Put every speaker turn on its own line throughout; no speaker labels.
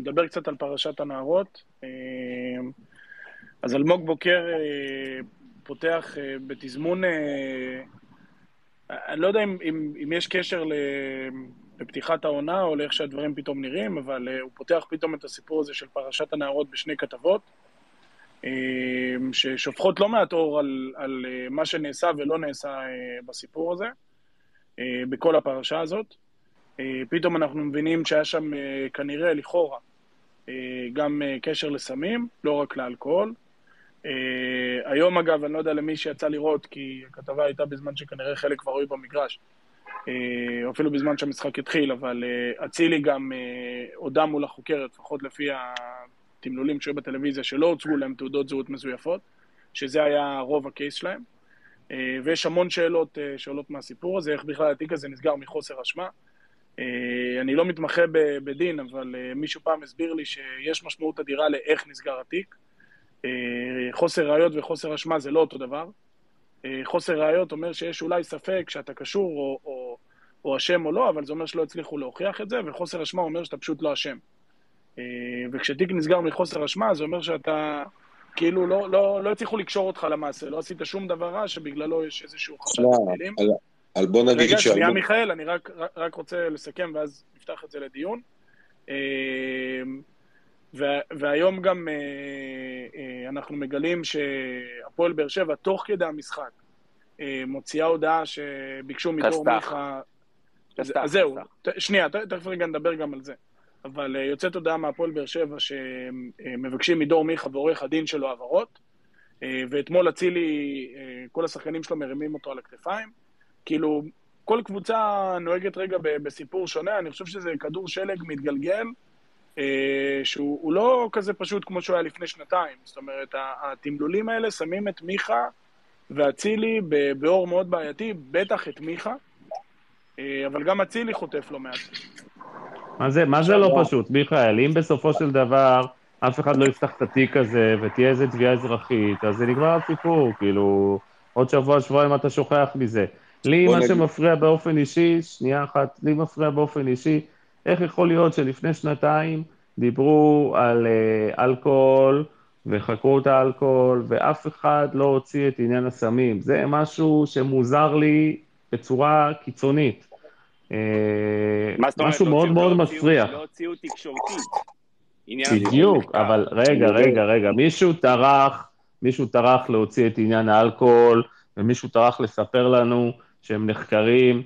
נדבר קצת על פרשת הנערות. אז אלמוג בוקר פותח בתזמון, אני לא יודע אם יש קשר בפתיחת העונה או לאיך שהדברים פתאום נראים, אבל הוא פותח פתאום את הסיפור הזה של פרשת הנערות בשני כתבות, ששופכות לא מעט אור על מה שנעשה ולא נעשה בסיפור הזה, בכל הפרשה הזאת. פתאום אנחנו מבינים שהיה שם כנראה לכאורה גם קשר לסמים, לא רק לאלכוהול. היום אגב, אני לא יודע למי שיצא לראות, כי הכתבה הייתה בזמן שכנראה חלק כבר היו במגרש, או אפילו בזמן שהמשחק התחיל, אבל אצילי גם הודע מול החוקרת, לפחות לפי התמלולים שהיו בטלוויזיה, שלא הוצגו להם תעודות זהות מזויפות, שזה היה רוב הקייס שלהם. ויש המון שאלות שעולות מהסיפור הזה, איך בכלל התיק הזה נסגר מחוסר אשמה. אני לא מתמחה בדין, אבל מישהו פעם הסביר לי שיש משמעות אדירה לאיך נסגר התיק. חוסר ראיות וחוסר אשמה זה לא אותו דבר. חוסר ראיות אומר שיש אולי ספק שאתה קשור או אשם או לא, אבל זה אומר שלא הצליחו להוכיח את זה, וחוסר אשמה אומר שאתה פשוט לא אשם. וכשתיק נסגר מחוסר אשמה, זה אומר שאתה כאילו לא הצליחו לקשור אותך למעשה, לא עשית שום דבר רע שבגללו יש איזשהו חשד לפלילים.
על בוא נגיד
רגע, שנייה מיכאל, אני רק רוצה לסכם ואז נפתח את זה לדיון. והיום גם אנחנו מגלים שהפועל באר שבע תוך כדי המשחק מוציאה הודעה שביקשו מדור מיכה. אז זהו, שנייה, תכף רגע נדבר גם על זה. אבל יוצאת הודעה מהפועל באר שבע שמבקשים מדור מיכה ועורך הדין שלו העברות, ואתמול אצילי, כל השחקנים שלו מרימים אותו על הכתפיים. כאילו, כל קבוצה נוהגת רגע בסיפור שונה, אני חושב שזה כדור שלג מתגלגל, שהוא לא כזה פשוט כמו שהוא היה לפני שנתיים. זאת אומרת, התמלולים האלה שמים את מיכה ואצילי באור מאוד בעייתי, בטח את מיכה, אבל גם אצילי חוטף לו מעט.
מה זה לא פשוט, מיכאל? אם בסופו של דבר אף אחד לא יפתח את התיק הזה ותהיה איזה תביעה אזרחית, אז זה נגמר הסיפור, כאילו, עוד שבוע, שבועיים אתה שוכח מזה. לי מה שמפריע באופן אישי, שנייה אחת, לי מפריע באופן אישי, איך יכול להיות שלפני שנתיים דיברו על אלכוהול וחקרו את האלכוהול, ואף אחד לא הוציא את עניין הסמים. זה משהו שמוזר לי בצורה קיצונית. משהו מאוד מאוד מפריע.
לא הוציאו תקשורתית.
בדיוק, אבל רגע, מישהו טרח להוציא את עניין האלכוהול, ומישהו טרח לספר לנו שהם נחקרים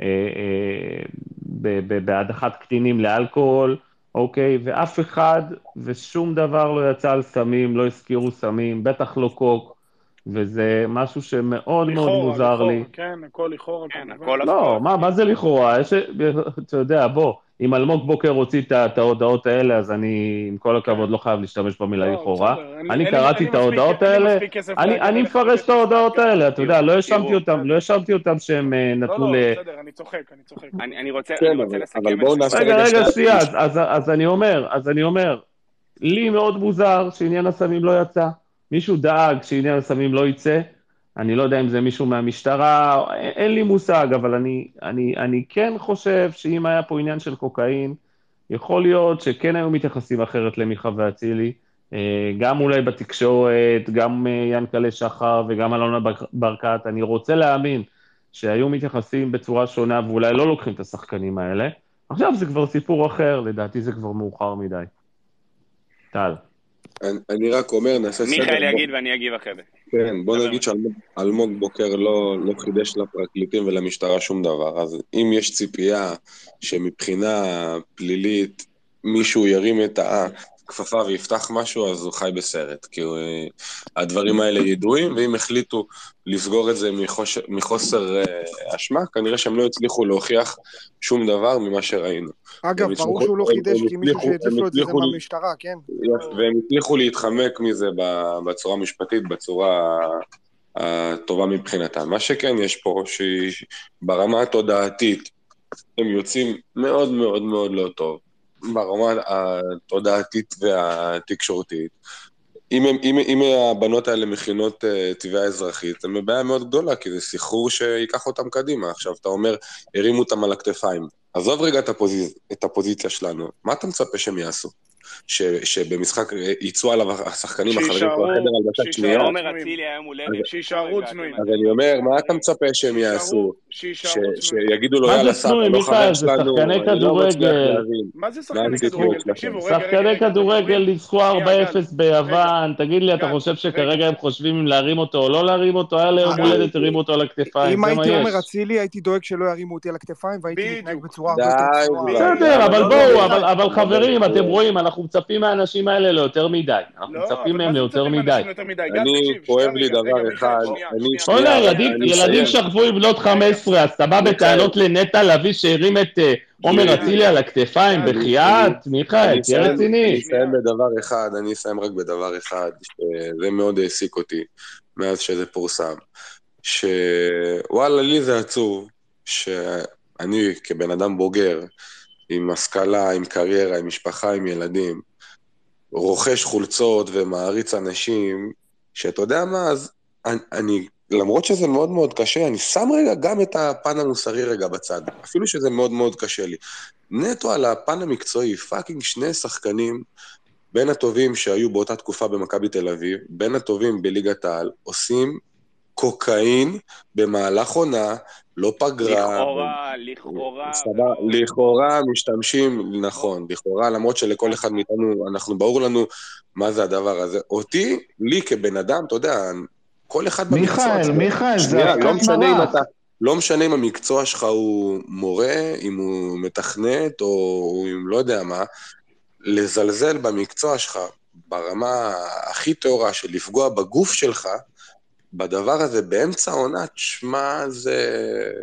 בהדחת קטינים לאלכוהול, אוקיי, ואף אחד ושום דבר לא יצא על סמים, לא הזכירו סמים, בטח לא קוק, וזה משהו שמאוד מאוד מוזר לי.
כן, הכל לכאורה.
לא, מה זה לכאורה? אתה יודע, בוא, אם אלמוג בוקר הוציא את ההודעות האלה, אז אני, עם כל הכבוד, לא חייב להשתמש במילה לכאורה. אני קראתי את ההודעות האלה, אני מפרש את ההודעות האלה, אתה יודע, לא האשמתי אותם שהם נתנו
לא, בסדר, אני צוחק.
אני רוצה לסכם את זה.
רגע, שנייה, אז אני אומר, לי מאוד מוזר שעניין הסמים לא יצא. מישהו דאג שעניין הסמים לא יצא, אני לא יודע אם זה מישהו מהמשטרה, אין לי מושג, אבל אני כן חושב שאם היה פה עניין של קוקאין, יכול להיות שכן היו מתייחסים אחרת למיכה ואצילי, גם אולי בתקשורת, גם ינקלה שחר וגם אלונה ברקת, אני רוצה להאמין שהיו מתייחסים בצורה שונה, ואולי לא לוקחים את השחקנים האלה. עכשיו זה כבר סיפור אחר, לדעתי זה כבר מאוחר מדי. טל.
אני רק אומר, נעשה סדר.
מיכאל יגיד ואני אגיב אחרי זה.
כן, בוא נגיד שאלמוג בוקר לא חידש לפרקליטים ולמשטרה שום דבר, אז אם יש ציפייה שמבחינה פלילית מישהו ירים את הכפפה ויפתח משהו, אז הוא חי בסרט, כי הדברים האלה ידועים, ואם החליטו לסגור את זה מחוסר אשמה, כנראה שהם לא הצליחו להוכיח שום דבר ממה שראינו.
אגב, ברור שהוא לא חידש, כי מישהו שהציף לו את זה מהמשטרה, כן?
והם הצליחו להתחמק מזה בצורה משפטית, בצורה הטובה מבחינתם. מה שכן יש פה, שברמה התודעתית, הם יוצאים מאוד מאוד מאוד לא טוב, ברמה התודעתית והתקשורתית. אם הבנות האלה מכינות תביעה אזרחית, זה מבעיה מאוד גדולה, כי זה סחרור שיקח אותם קדימה. עכשיו, אתה אומר, הרימו אותם על הכתפיים. עזוב רגע את הפוזיציה שלנו. מה אתה מצפה שהם יעשו? שבמשחק ייצאו עליו השחקנים החברים פה החדר על בצד שנייה.
עומר אצילי היום הולדת.
שישארו צנועים.
אז אני אומר, מה אתה מצפה שהם יעשו? שיגידו לו, יאללה, סע, אתה לא חבר שלנו, אני לא מצליח להבין.
מה זה שחקני כדורגל? תקשיבו,
שחקני כדורגל ניצחו 4-0 ביוון, תגיד לי, אתה חושב שכרגע הם חושבים אם להרים אותו או לא להרים אותו? היה ליום הולדת, הרימו אותו על הכתפיים,
אם הייתי עומר אצילי, הייתי דואג שלא ירימו אותי על הכתפיים, והייתי מתנהג בצורה הרבה יותר
בסדר, אבל בואו, אבל חברים, אתם רואים, אנחנו מצפים מהאנשים האלה ליותר מדי. אנחנו מצפים מהם ליותר מדי.
אני כואב לי דבר אחד.
ילדים שכבו עם בנות 15, אז אתה בא בטענות לנטע לביא שהרים את עומר אצילי על הכתפיים, בחייאת, מיכאל, תהיה רציני.
אני אסיים רק בדבר אחד, שזה מאוד העסיק אותי מאז שזה פורסם, שוואלה, לי זה עצוב, שאני כבן אדם בוגר, עם השכלה, עם קריירה, עם משפחה, עם ילדים, רוכש חולצות ומעריץ אנשים, שאתה יודע מה, אז אני, למרות שזה מאוד מאוד קשה, אני שם רגע גם את הפן המוסרי רגע בצד, אפילו שזה מאוד מאוד קשה לי. נטו על הפן המקצועי, פאקינג שני שחקנים, בין הטובים שהיו באותה תקופה במכבי תל אביב, בין הטובים בליגת העל, עושים קוקאין במהלך עונה, לא פגרה. לכאורה משתמשים, נכון, לכאורה, למרות שלכל אחד מאיתנו, אנחנו ברור לנו מה זה הדבר הזה. אותי, לי כבן אדם, אתה יודע, כל אחד במקצוע.
מיכאל, זה הפקת מרח.
לא משנה אם המקצוע שלך הוא מורה, אם הוא מתכנת, או אם לא יודע מה, לזלזל במקצוע שלך, ברמה הכי תאורה של לפגוע בגוף שלך, בדבר הזה, באמצע העונה, תשמע, זה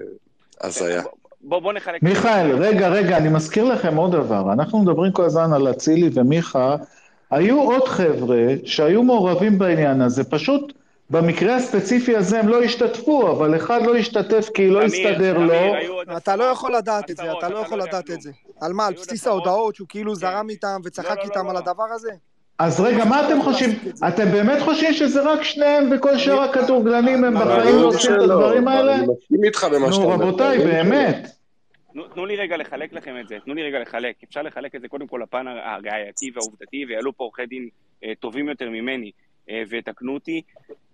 הזיה.
בוא נחלק.
מיכאל, רגע, אני מזכיר לכם עוד דבר. אנחנו מדברים כל הזמן על אצילי ומיכה, היו עוד חבר'ה שהיו מעורבים בעניין הזה, פשוט במקרה הספציפי הזה הם לא השתתפו, אבל אחד לא השתתף כי לא הסתדר לו.
אתה לא יכול לדעת את זה, אתה לא יכול לדעת את זה. על מה? על בסיס ההודעות שהוא כאילו זרם איתם וצחק איתם על הדבר הזה?
אז רגע, מה אתם חושבים? אתם באמת חושבים שזה רק שניהם וכל שאר הכדורגלנים הם בחיים לא עושים את הדברים האלה?
אני מסכים איתך במה שאתה
אומר. נו רבותיי, באמת.
תנו לי רגע לחלק לכם את זה, אפשר לחלק את זה קודם כל לפן הראייתי והעובדתי, ויעלו פה עורכי דין טובים יותר ממני ותקנו אותי.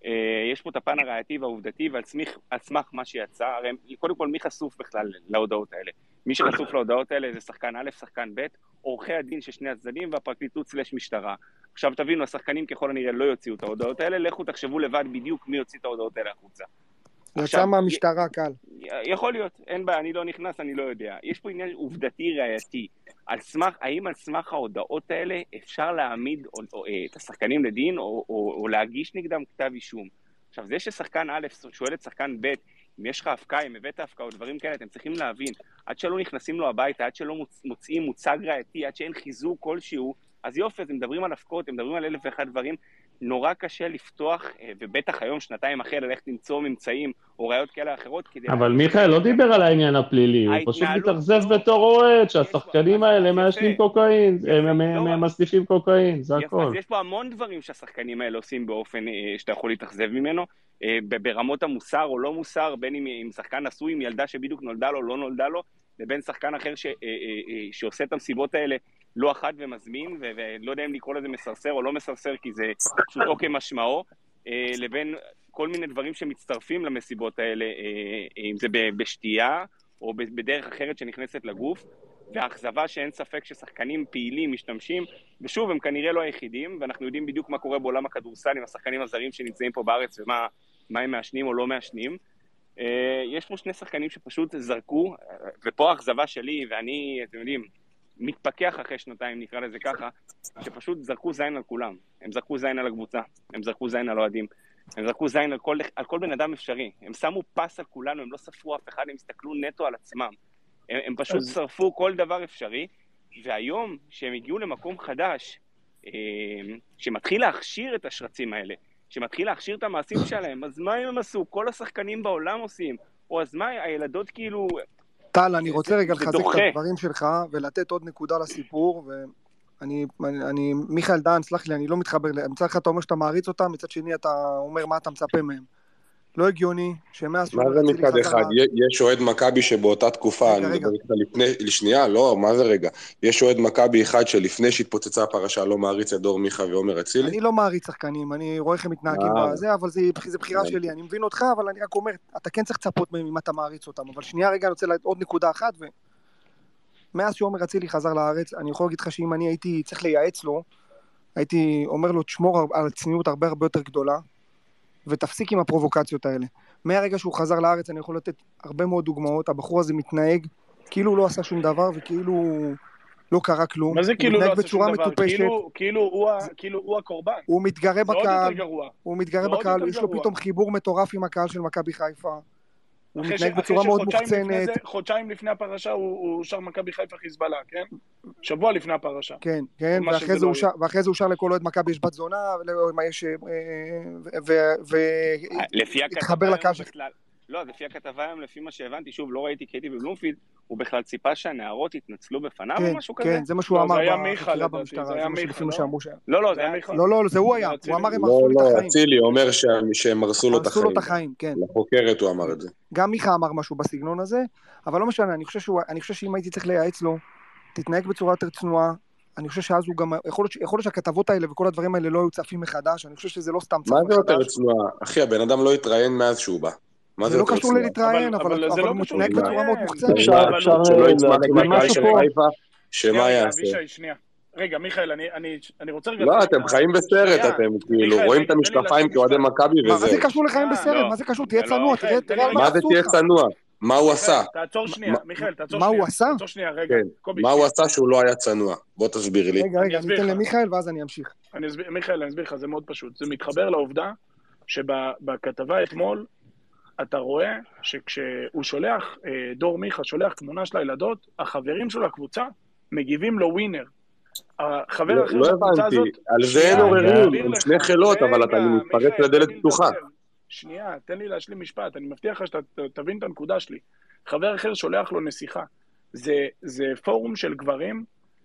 יש פה את הפן הראייתי והעובדתי, ועל סמך מה שיצא, הרי קודם כל מי חשוף בכלל להודעות האלה? מי שחשוף להודעות האלה זה שחקן א', שחקן ב', עורכי הדין של שני הצדדים והפרקליטות / משטרה. עכשיו תבינו, השחקנים ככל הנראה לא יוציאו את ההודעות האלה, לכו תחשבו לבד בדיוק מי יוציא את ההודעות האלה החוצה.
יצא מהמשטרה קל.
יכול להיות, אין בעיה, אני לא נכנס, אני לא יודע. יש פה עניין עובדתי ראייתי. האם על סמך ההודעות האלה אפשר להעמיד את השחקנים לדין או להגיש נגדם כתב אישום? עכשיו, זה ששחקן א' שואל את שחקן ב', אם יש לך הפקה, אם הבאת הפקה או דברים כאלה, אתם צריכים להבין, עד שלא נכנסים לו הביתה, עד שלא מוצאים מוצג ראייתי, עד שאין חיזוק כלשהו, אז יופי, אז הם מדברים על הפקות, הם מדברים על 1,001 דברים, נורא קשה לפתוח, ובטח היום, שנתיים אחרי, ללכת למצוא ממצאים או ראיות כאלה אחרות.
אבל מיכאל לא דיבר על העניין הפלילי, הוא פשוט מתאכזב בתור אוהד, שהשחקנים האלה מעשנים קוקאין, הם מסניפים קוקאין, זה הכל.
אז יש פה המון דברים שהשחקנים האלה עושים באופן שאתה יכול להתאכזב ממנו, ברמות המוסר או לא מוסר, בין אם שחקן עשוי עם ילדה שבדיוק נולדה לו או לא נולדה לו, לבין שחקן אחר שעושה את המסיבות האלה לא אחת ומזמין, ולא יודע אם לקרוא לזה מסרסר או לא מסרסר, כי זה פשוטו כמשמעו, לבין כל מיני דברים שמצטרפים למסיבות האלה, אם זה בשתייה או בדרך אחרת שנכנסת לגוף, והאכזבה שאין ספק ששחקנים פעילים משתמשים, ושוב, הם כנראה לא היחידים, ואנחנו יודעים בדיוק מה קורה בעולם הכדורסל עם השחקנים הזרים שנמצאים פה בארץ, ומה הם מעשנים או לא מעשנים. יש פה שני שחקנים שפשוט זרקו, ופה האכזבה שלי, ואני, אתם יודעים, מתפקח אחרי שנתיים, נקרא לזה ככה, שפשוט זרקו זין על כולם. הם זרקו זין על הקבוצה, הם זרקו זין על אוהדים, הם זרקו זין על כל בן אדם אפשרי. הם שמו פס על כולנו, הם לא ספרו אף אחד, הם הסתכלו נטו על עצמם. הם פשוט שרפו כל דבר אפשרי, והיום שהם הגיעו למקום חדש, שמתחיל להכשיר את השרצים האלה, שמתחיל להכשיר את המעשים שלהם, אז מה הם עשו? כל השחקנים בעולם עושים, או אז מה, הילדות כאילו...
טל, אני רוצה רגע לחזק את הדברים שלך, ולתת עוד נקודה לסיפור, ואני, מיכאל דן, סלח לי, אני לא מתחבר, מצד אחד אתה אומר שאתה מעריץ אותם, מצד שני אתה אומר מה אתה מצפה מהם. לא הגיוני, שמאז
מה זה מצד אחד? יש אוהד מכבי שבאותה תקופה, אני מדבר איתך לפני, שנייה, לא, מה זה רגע? יש אוהד מכבי אחד שלפני שהתפוצצה הפרשה לא מעריץ את דור מיכה ועומר אצילי?
אני לא מעריץ שחקנים, אני רואה איך הם מתנהגים בזה, אבל זה בחירה שלי, אני מבין אותך, אבל אני רק אומר, אתה כן צריך לצפות מהם אם אתה מעריץ אותם, אבל שנייה רגע, אני רוצה עוד נקודה אחת, ומאז שעומר אצילי חזר לארץ, אני יכול להגיד לך שאם אני הייתי צריך לייעץ לו, הייתי אומר לו, תשמור על צניעות הרבה הרבה יותר גדולה, ותפסיק עם הפרובוקציות האלה. מהרגע שהוא חזר לארץ, אני יכול לתת הרבה מאוד דוגמאות, הבחור הזה מתנהג כאילו הוא לא עשה שום דבר, וכאילו לא קרה כלום.
מה זה כאילו לא עשה שום דבר? כאילו הוא הקורבן.
הוא מתגרה בקהל,
הוא מתגרה בקהל,
יש לו פתאום חיבור מטורף עם הקהל של מכבי חיפה. הוא מתנהג בצורה מאוד מוחצנת.
חודשיים לפני הפרשה הוא שר מכבי חיפה חיזבאללה, כן? שבוע לפני הפרשה.
כן, כן, ואחרי זה הוא שר לכל אוהד מכבי יש בת זונה, והתחבר לקהל.
לא, לפי הכתבה היום, לפי מה שהבנתי, שוב, לא ראיתי קייטי בבלומפילד, הוא בכלל ציפה שהנערות יתנצלו בפניו או משהו כזה?
כן, זה מה שהוא אמר בחקירה במשטרה, זה לפי מה שאמרו שהיה. לא, זה הוא היה, הוא אמר הם הרסו לי את החיים.
לא, אצילי אומר שהם הרסו לו את
החיים.
לחוקרת הוא אמר את זה.
גם מיכה אמר משהו בסגנון הזה, אבל לא משנה, אני חושב שאם הייתי צריך לייעץ לו, תתנהג בצורה יותר צנועה, אני חושב שאז הוא גם, יכול להיות שהכתבות האלה וכל הדברים האלה לא היו צפים מחדש, אני חושב שזה לא סתם צף מחדש.
מה זה יותר צנועה? אחי, הבן אדם לא התראיין מאז שהוא בא.
זה לא קשור להתראיין, אבל הוא מתנהג בצורה מאוד מוחצנת.
שלא יצמח למכבי של חיפה, שמה יעשה?
רגע, מיכאל, אני רוצה רגע...
לא, אתם חיים בסרט, אתם כאילו רואים את המשקפיים כאוהדי מכבי וזה.
מה זה קשור לחיים בסרט? מה זה קשור? תהיה צנוע, תראה
מה זה תהיה צנוע? מה הוא עשה?
תעצור שנייה, מיכאל, תעצור
שנייה. מה הוא עשה?
תעצור שנייה, רגע.
מה הוא עשה שהוא לא היה צנוע? בוא תסביר לי.
רגע, אני אתן למיכאל ואז אני אמשיך.
מיכאל, אני אסביר לך, זה מאוד פשוט. זה מתחבר לעובדה שבכתבה אתמול אתה רואה שכשהוא שולח, דור מיכה שולח תמונה של הילדות, החברים שלו לקבוצה מגיבים לו ווינר. החבר אחר בקבוצה הזאת...
על זה אין עוררים, הם שני חילות, אבל אתה מתפרץ לדלת פתוחה.
שנייה, תן לי להשלים משפט, אני מבטיח לך שאתה תבין את הנקודה שלי. חבר אחר שולח לו נסיכה. זה פורום של גברים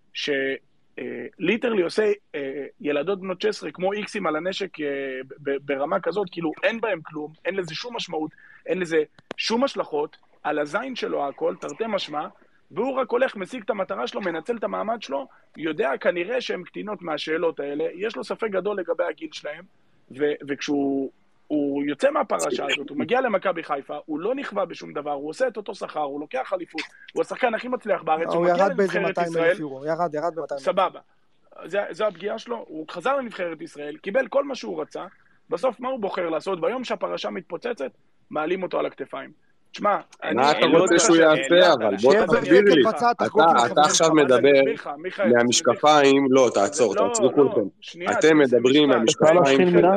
שליטרלי עושה ילדות בנות 16 כמו איקסים על הנשק ברמה כזאת, כאילו אין בהם כלום, אין לזה שום משמעות, אין לזה שום השלכות, על הזין שלו הכל, תרתי משמע, והוא רק הולך, משיג את המטרה שלו, מנצל את המעמד שלו, יודע כנראה שהן קטינות מהשאלות האלה, יש לו ספק גדול לגבי הגיל שלהם, וכשהוא יוצא מהפרשה הזאת, הוא מגיע למכבי חיפה, הוא לא נכווה בשום דבר, הוא עושה את אותו שכר, הוא לוקח חליפות, הוא השחקן הכי מצליח בארץ,
הוא ירד באיזה 200,000 יורו, ירד ב-200,000.
סבבה. זו הפגיעה שלו, הוא חזר לנבחרת ישראל, קיבל כל מה שהוא רצה, בסוף מה הוא בוחר לעשות? ביום שהפרשה מתפוצצת, מעלים אותו על הכתפיים. תשמע,
מה אתה רוצה שהוא יעשה, אבל בוא תסביר לי. אתה עכשיו מדבר מהמשקפיים, לא, תעצרו כולכם. אתם מדברים מהמשקפיים.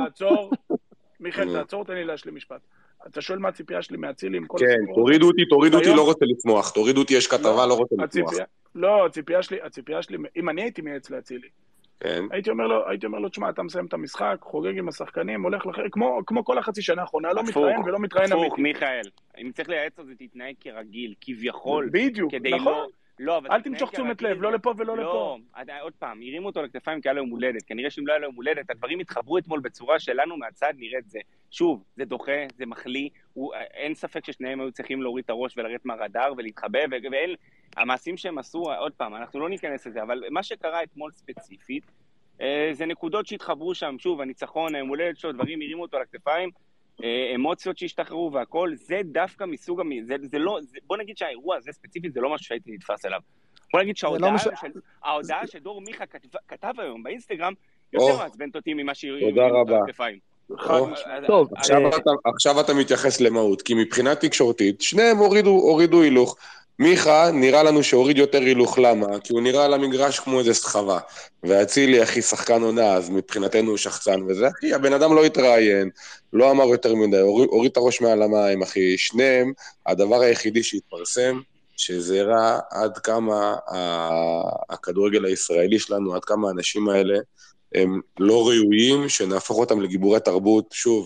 מיכאל, תעצור, תן לי להשלים משפט. אתה שואל מה הציפייה שלי מאצילי עם כל
כן, תורידו אותי, לא רוצה לצמוח. תורידו אותי, יש כתבה, לא רוצה לצמוח.
לא, הציפייה שלי, אם אני הייתי מייעץ לאצילי, הייתי אומר לו, תשמע, אתה מסיים את המשחק, חוגג עם השחקנים, הולך לחר, כמו כל החצי שנה האחרונה, לא מתראיין ולא מתראיין אמיתי.
הפוך, מיכאל, אם צריך לייעץ על זה, תתנהג כרגיל, כביכול.
בדיוק, נכון.
לא,
אל תמשוך תשומת לב, לא לפה ולא לפה.
לא, עוד פעם, הרימו אותו לכתפיים כי היה לו יום הולדת, כנראה שאם לא היה לו יום הולדת, הדברים התחברו אתמול בצורה שלנו מהצד נראית זה. שוב, זה דוחה, זה מחליא, אין ספק ששניהם היו צריכים להוריד את הראש ולרדת מהרדאר ולהתחבא, ואין, המעשים שהם עשו, עוד פעם, אנחנו לא ניכנס לזה, אבל מה שקרה אתמול ספציפית, זה נקודות שהתחברו שם, שוב, הניצחון, יום הולדת שלו, דברים הרימו אותו לכתפיים, אמוציות שהשתחררו והכל, זה דווקא מסוג, זה לא, בוא נגיד שהאירוע הזה ספציפית זה לא משהו שהייתי נתפס אליו. בוא נגיד שההודעה שדור מיכה כתב היום באינסטגרם, יותר מעצבנת אותי ממה שהרימו אותו לכתפיים.
טוב, עכשיו אתה מתייחס למהות, כי מבחינה תקשורתית, שניהם הורידו הילוך. מיכה נראה לנו שהוריד יותר הילוך, למה? כי הוא נראה על המגרש כמו איזה סחבה, ואצילי הכי שחקן עונה, אז מבחינתנו הוא שחצן וזה, אחי, הבן אדם לא התראיין, לא אמר יותר מדי, הוריד את הראש מעל המים, אחי, שניהם, הדבר היחידי שהתפרסם, שזה הראה עד כמה הכדורגל הישראלי שלנו, עד כמה האנשים האלה, הם לא ראויים, שנהפוך אותם לגיבורי תרבות, שוב,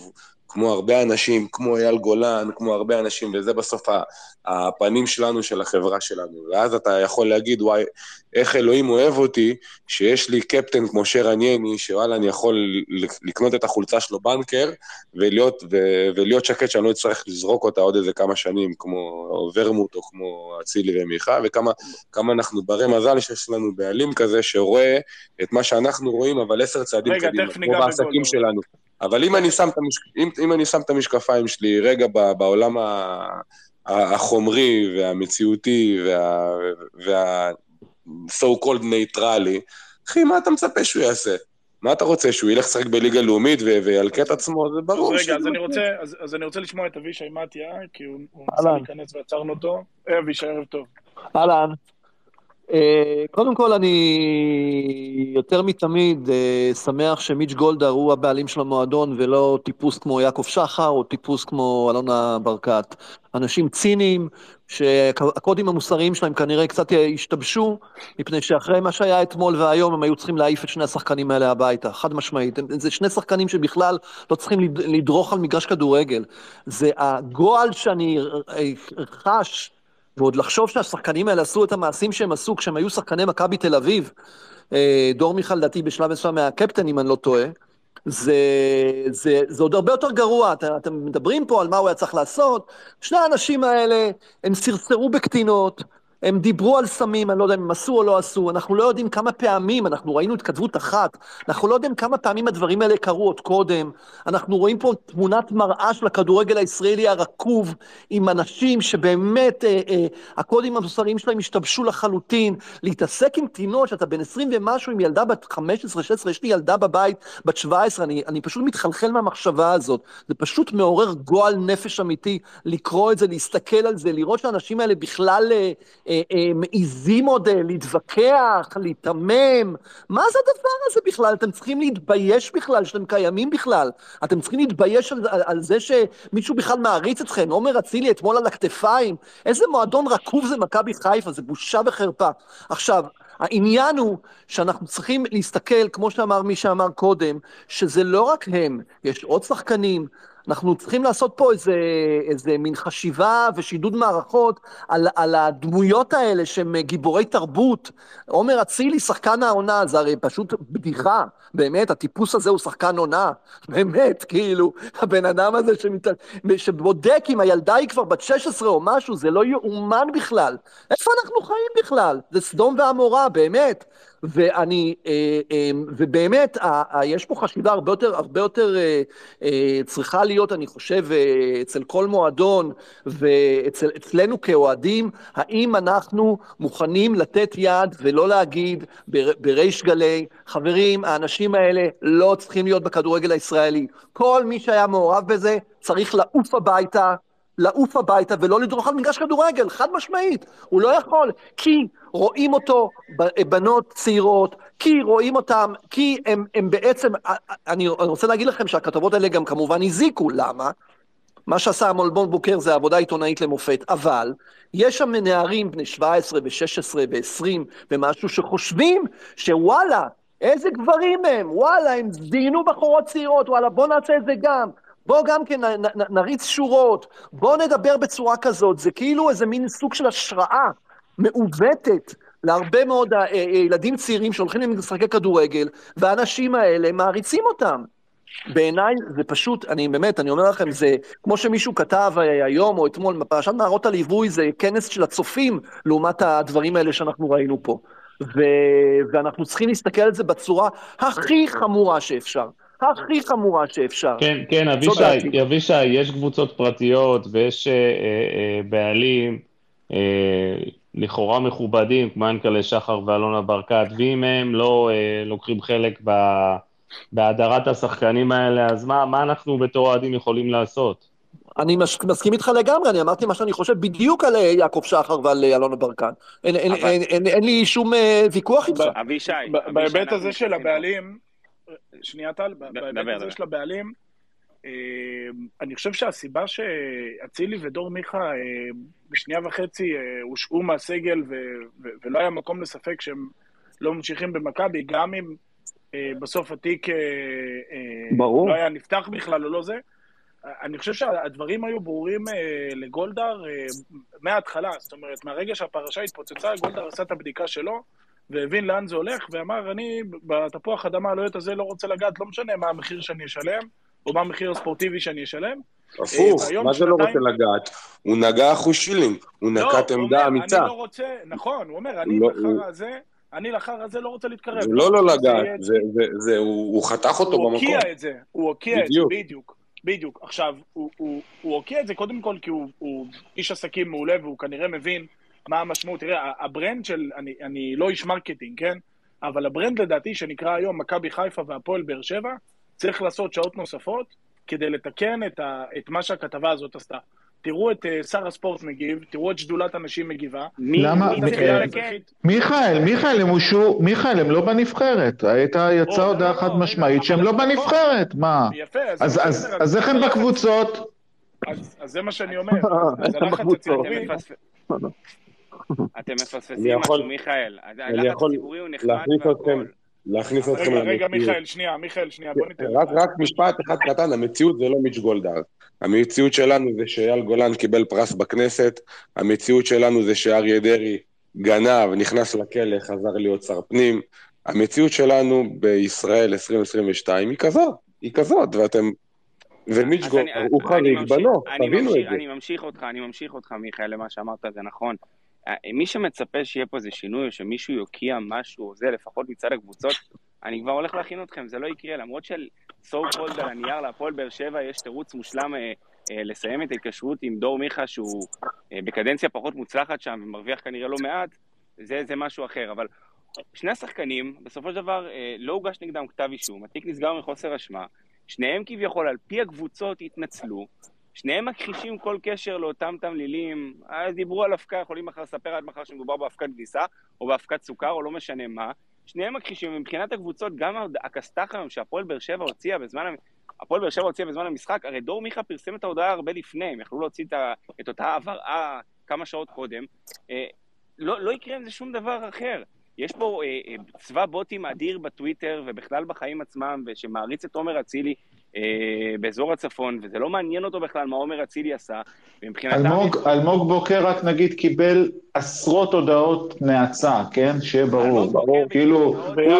כמו הרבה אנשים, כמו אייל גולן, כמו הרבה אנשים, וזה בסוף הפנים שלנו, של החברה שלנו. ואז אתה יכול להגיד, וואי, איך אלוהים אוהב אותי, שיש לי קפטן כמו שרן יני, שוואלה, אני יכול לקנות את החולצה שלו בנקר, ולהיות שקט שאני לא אצטרך לזרוק אותה עוד איזה כמה שנים, כמו ורמוט או כמו אצילי ומיכה, וכמה אנחנו ברי מזל שיש לנו בעלים כזה, שרואה את מה שאנחנו רואים, אבל 10 צעדים קדימה, כמו בעסקים שלנו. אבל אם אני שם את המשקפיים שלי רגע בעולם החומרי והמציאותי וה-so called נייטרלי, אחי, מה אתה מצפה שהוא יעשה? מה אתה רוצה, שהוא ילך לשחק בליגה לאומית וילקה את עצמו? זה ברור.
רגע, אז אני רוצה לשמוע את אבישי מתיה, כי הוא ניסה להיכנס ועצרנו אותו. אבישי, ערב טוב.
אהלן. קודם כל אני יותר מתמיד שמח שמיץ' גולדהר הוא הבעלים של המועדון ולא טיפוס כמו יעקב שחר או טיפוס כמו אלונה ברקת. אנשים ציניים שהקודים המוסריים שלהם כנראה קצת השתבשו, מפני שאחרי מה שהיה אתמול והיום הם היו צריכים להעיף את שני השחקנים האלה הביתה, חד משמעית. זה שני שחקנים שבכלל לא צריכים לדרוך על מגרש כדורגל. זה הגועל שאני חש, ועוד לחשוב שהשחקנים האלה עשו את המעשים שהם עשו כשהם היו שחקני מכבי תל אביב, דור מיכל דתי בשלב מסוים מהקפטן אם אני לא טועה, זה עוד הרבה יותר גרוע. אתם מדברים פה על מה הוא היה צריך לעשות. שני האנשים האלה הם סרסרו בקטינות, הם דיברו על סמים, אני לא יודע אם הם עשו או לא עשו, אנחנו לא יודעים כמה פעמים, אנחנו ראינו התכתבות אחת, אנחנו לא יודעים כמה פעמים הדברים האלה קרו עוד קודם, אנחנו רואים פה תמונת מראה של הכדורגל הישראלי הרקוב, עם אנשים שבאמת הקודים המוסריים שלהם השתבשו לחלוטין, להתעסק עם תינוק, שאתה בן 20 ומשהו עם ילדה בת 15-16, יש לי ילדה בבית בת 17, אני פשוט מתחלחל מהמחשבה הזאת, זה פשוט מעורר גועל נפש אמיתי, לקרוא את זה, להסתכל על זה, לראות שהאנשים האלה בכלל מעיזים עוד להתווכח, להתאמם. מה זה הדבר הזה בכלל? אתם צריכים להתבייש בכלל שאתם קיימים בכלל. אתם צריכים להתבייש על זה שמישהו בכלל מעריץ אתכם. עומר אצילי אתמול על הכתפיים. איזה מועדון רקוב זה מכבי חיפה, זה בושה וחרפה. עכשיו, העניין הוא שאנחנו צריכים להסתכל, כמו שאמר מי שאמר קודם, שזה לא רק הם, יש עוד שחקנים, אנחנו צריכים לעשות פה איזה מין חשיבה ושידוד מערכות על הדמויות האלה שהם גיבורי תרבות. עומר אצילי שחקן העונה, זה הרי פשוט בדיחה, באמת, הטיפוס הזה הוא שחקן עונה, באמת, כאילו, הבן אדם הזה שבודק אם הילדה היא כבר בת 16 או משהו, זה לא יאומן בכלל. איפה אנחנו חיים בכלל? זה סדום ועמורה, באמת. ובאמת, יש פה חשיבה הרבה יותר צריכה להיות, אני חושב, אצל כל מועדון ואצלנו כאוהדים, האם אנחנו מוכנים לתת יד ולא להגיד בריש גלי, חברים, האנשים האלה לא צריכים להיות בכדורגל הישראלי. כל מי שהיה מעורב בזה צריך לעוף הביתה ולא לדרוך על מגרש כדורגל, חד משמעית. הוא לא יכול, כי רואים אותו בנות צעירות, כי רואים אותם, כי הם בעצם, אני רוצה להגיד לכם שהכתבות האלה גם כמובן הזיקו. למה? מה שעשה המולבון בוקר זה עבודה עיתונאית למופת, אבל יש שם נערים בני 17 ו-16 ו-20 ומשהו שחושבים שוואלה, איזה גברים הם, וואלה, הם זיינו בחורות צעירות, וואלה, בוא נעשה את זה גם. בוא גם כן נריץ שורות, בוא נדבר בצורה כזאת, זה כאילו איזה מין סוג של השראה מעוותת להרבה מאוד ילדים צעירים שהולכים למשחקי כדורגל, והאנשים האלה מעריצים אותם. בעיניי זה פשוט, אני אומר לכם, זה כמו שמישהו כתב היום או אתמול, בפרשת נערות הליווי, זה כנס של הצופים לעומת הדברים האלה שאנחנו ראינו פה. ואנחנו צריכים להסתכל על זה בצורה הכי חמורה שאפשר. הכי חמורה שאפשר.
כן, אבישי, יש קבוצות פרטיות ויש בעלים לכאורה מכובדים, כמו ינקלה שחר ואלונה ברקת, ואם הם לא לוקחים חלק בהדרת השחקנים האלה, אז מה אנחנו בתור אוהדים יכולים לעשות?
אני מסכים איתך לגמרי, אני אמרתי מה שאני חושב בדיוק על יעקב שחר ועל אלונה ברקת. אין לי שום ויכוח איתך.
אבישי.
בהיבט הזה של הבעלים, שנייה טל, בהיבט הזה של הבעלים, אני חושב שהסיבה שאצילי ודור מיכה בשנייה וחצי הושעו מהסגל ולא היה מקום לספק שהם לא ממשיכים במכבי, גם אם בסוף התיק לא היה נפתח בכלל או לא זה, אני חושב שהדברים היו ברורים לגולדהר מההתחלה, זאת אומרת, מהרגע שהפרשה התפוצצה, גולדהר עשה את הבדיקה שלו, והבין לאן זה הולך, ואמר, אני בתפוח אדמה הלוהט הזה לא רוצה לגעת, לא משנה מה המחיר שאני אשלם, או מה המחיר הספורטיבי שאני אשלם.
הפוך, מה זה לא רוצה לגעת? הוא נגע אחוז שילינג, הוא נקט עמדה אמיצה.
אני לא רוצה, נכון, הוא אומר, אני לחר הזה לא רוצה להתקרב.
זה לא לגעת, הוא חתך אותו במקום.
הוא הוקיע את זה, בדיוק. עכשיו, הוא הוקיע את זה קודם כל כי הוא איש עסקים מעולה, והוא כנראה מבין מה המשמעות. תראה, הברנד של, אני לא איש מרקטינג, כן? אבל הברנד לדעתי שנקרא היום מכבי חיפה והפועל באר שבע, צריך לעשות שעות נוספות כדי לתקן את מה שהכתבה הזאת עשתה. תראו את שר הספורט מגיב, תראו את שדולת אנשים מגיבה.
למה? מיכאל, הם לא בנבחרת. יצאה הודעה חד משמעית שהם לא בנבחרת. מה?
יפה.
אז איך הם בקבוצות?
אז זה מה שאני אומר. אז הלחץ הציבורי...
אתם מפספסים משהו, מיכאל. הלחץ הציבורי הוא נחמד והכל.
להכניס אתכם למציאות.
רגע, מיכאל, שנייה, בוא ניתן.
רק משפט אחד קטן, המציאות זה לא מיץ' גולדהר. המציאות שלנו זה שאייל גולן קיבל פרס בכנסת, המציאות שלנו זה שאריה דרעי גנב, נכנס לכלא, חזר להיות שר פנים. המציאות שלנו בישראל 2022 היא כזאת, ומיץ' גולדהר הוא חריג בנו, תבינו את זה.
אני ממשיך אותך, מיכאל, למה שאמרת, זה נכון. מי שמצפה שיהיה פה איזה שינוי, או שמישהו יוקיע משהו, זה לפחות מצד הקבוצות, אני כבר הולך להכין אתכם, זה לא יקרה, למרות של so called על הנייר להפועל באר שבע, יש תירוץ מושלם לסיים את ההתקשרות עם דור מיכה, שהוא בקדנציה פחות מוצלחת שם, ומרוויח כנראה לא מעט, זה משהו אחר, אבל שני השחקנים, בסופו של דבר, לא הוגש נגדם כתב אישום, התיק נסגר מחוסר אשמה, שניהם כביכול על פי הקבוצות התנצלו, שניהם מכחישים כל קשר לאותם תמלילים, דיברו על הפקה, יכולים מחר לספר עד מחר שמדובר בהפקת כביסה, או בהפקת סוכר, או לא משנה מה, שניהם מכחישים, ומבחינת הקבוצות, גם הכסת"ח היום שהפועל באר שבע הוציאה בזמן המשחק, הרי דור מיכה פרסם את ההודעה הרבה לפני, הם יכלו להוציא את אותה הבהרה כמה שעות קודם, לא יקרה עם זה שום דבר אחר. יש פה צבא בוטים אדיר בטוויטר ובכלל בחיים עצמם, ושמעריץ את עומר אצילי באזור הצפון, וזה לא מעניין אותו בכלל מה עומר אצילי עשה.
אלמוג בוקר רק נגיד קיבל עשרות הודעות נאצה, כן? שיהיה ברור. כאילו,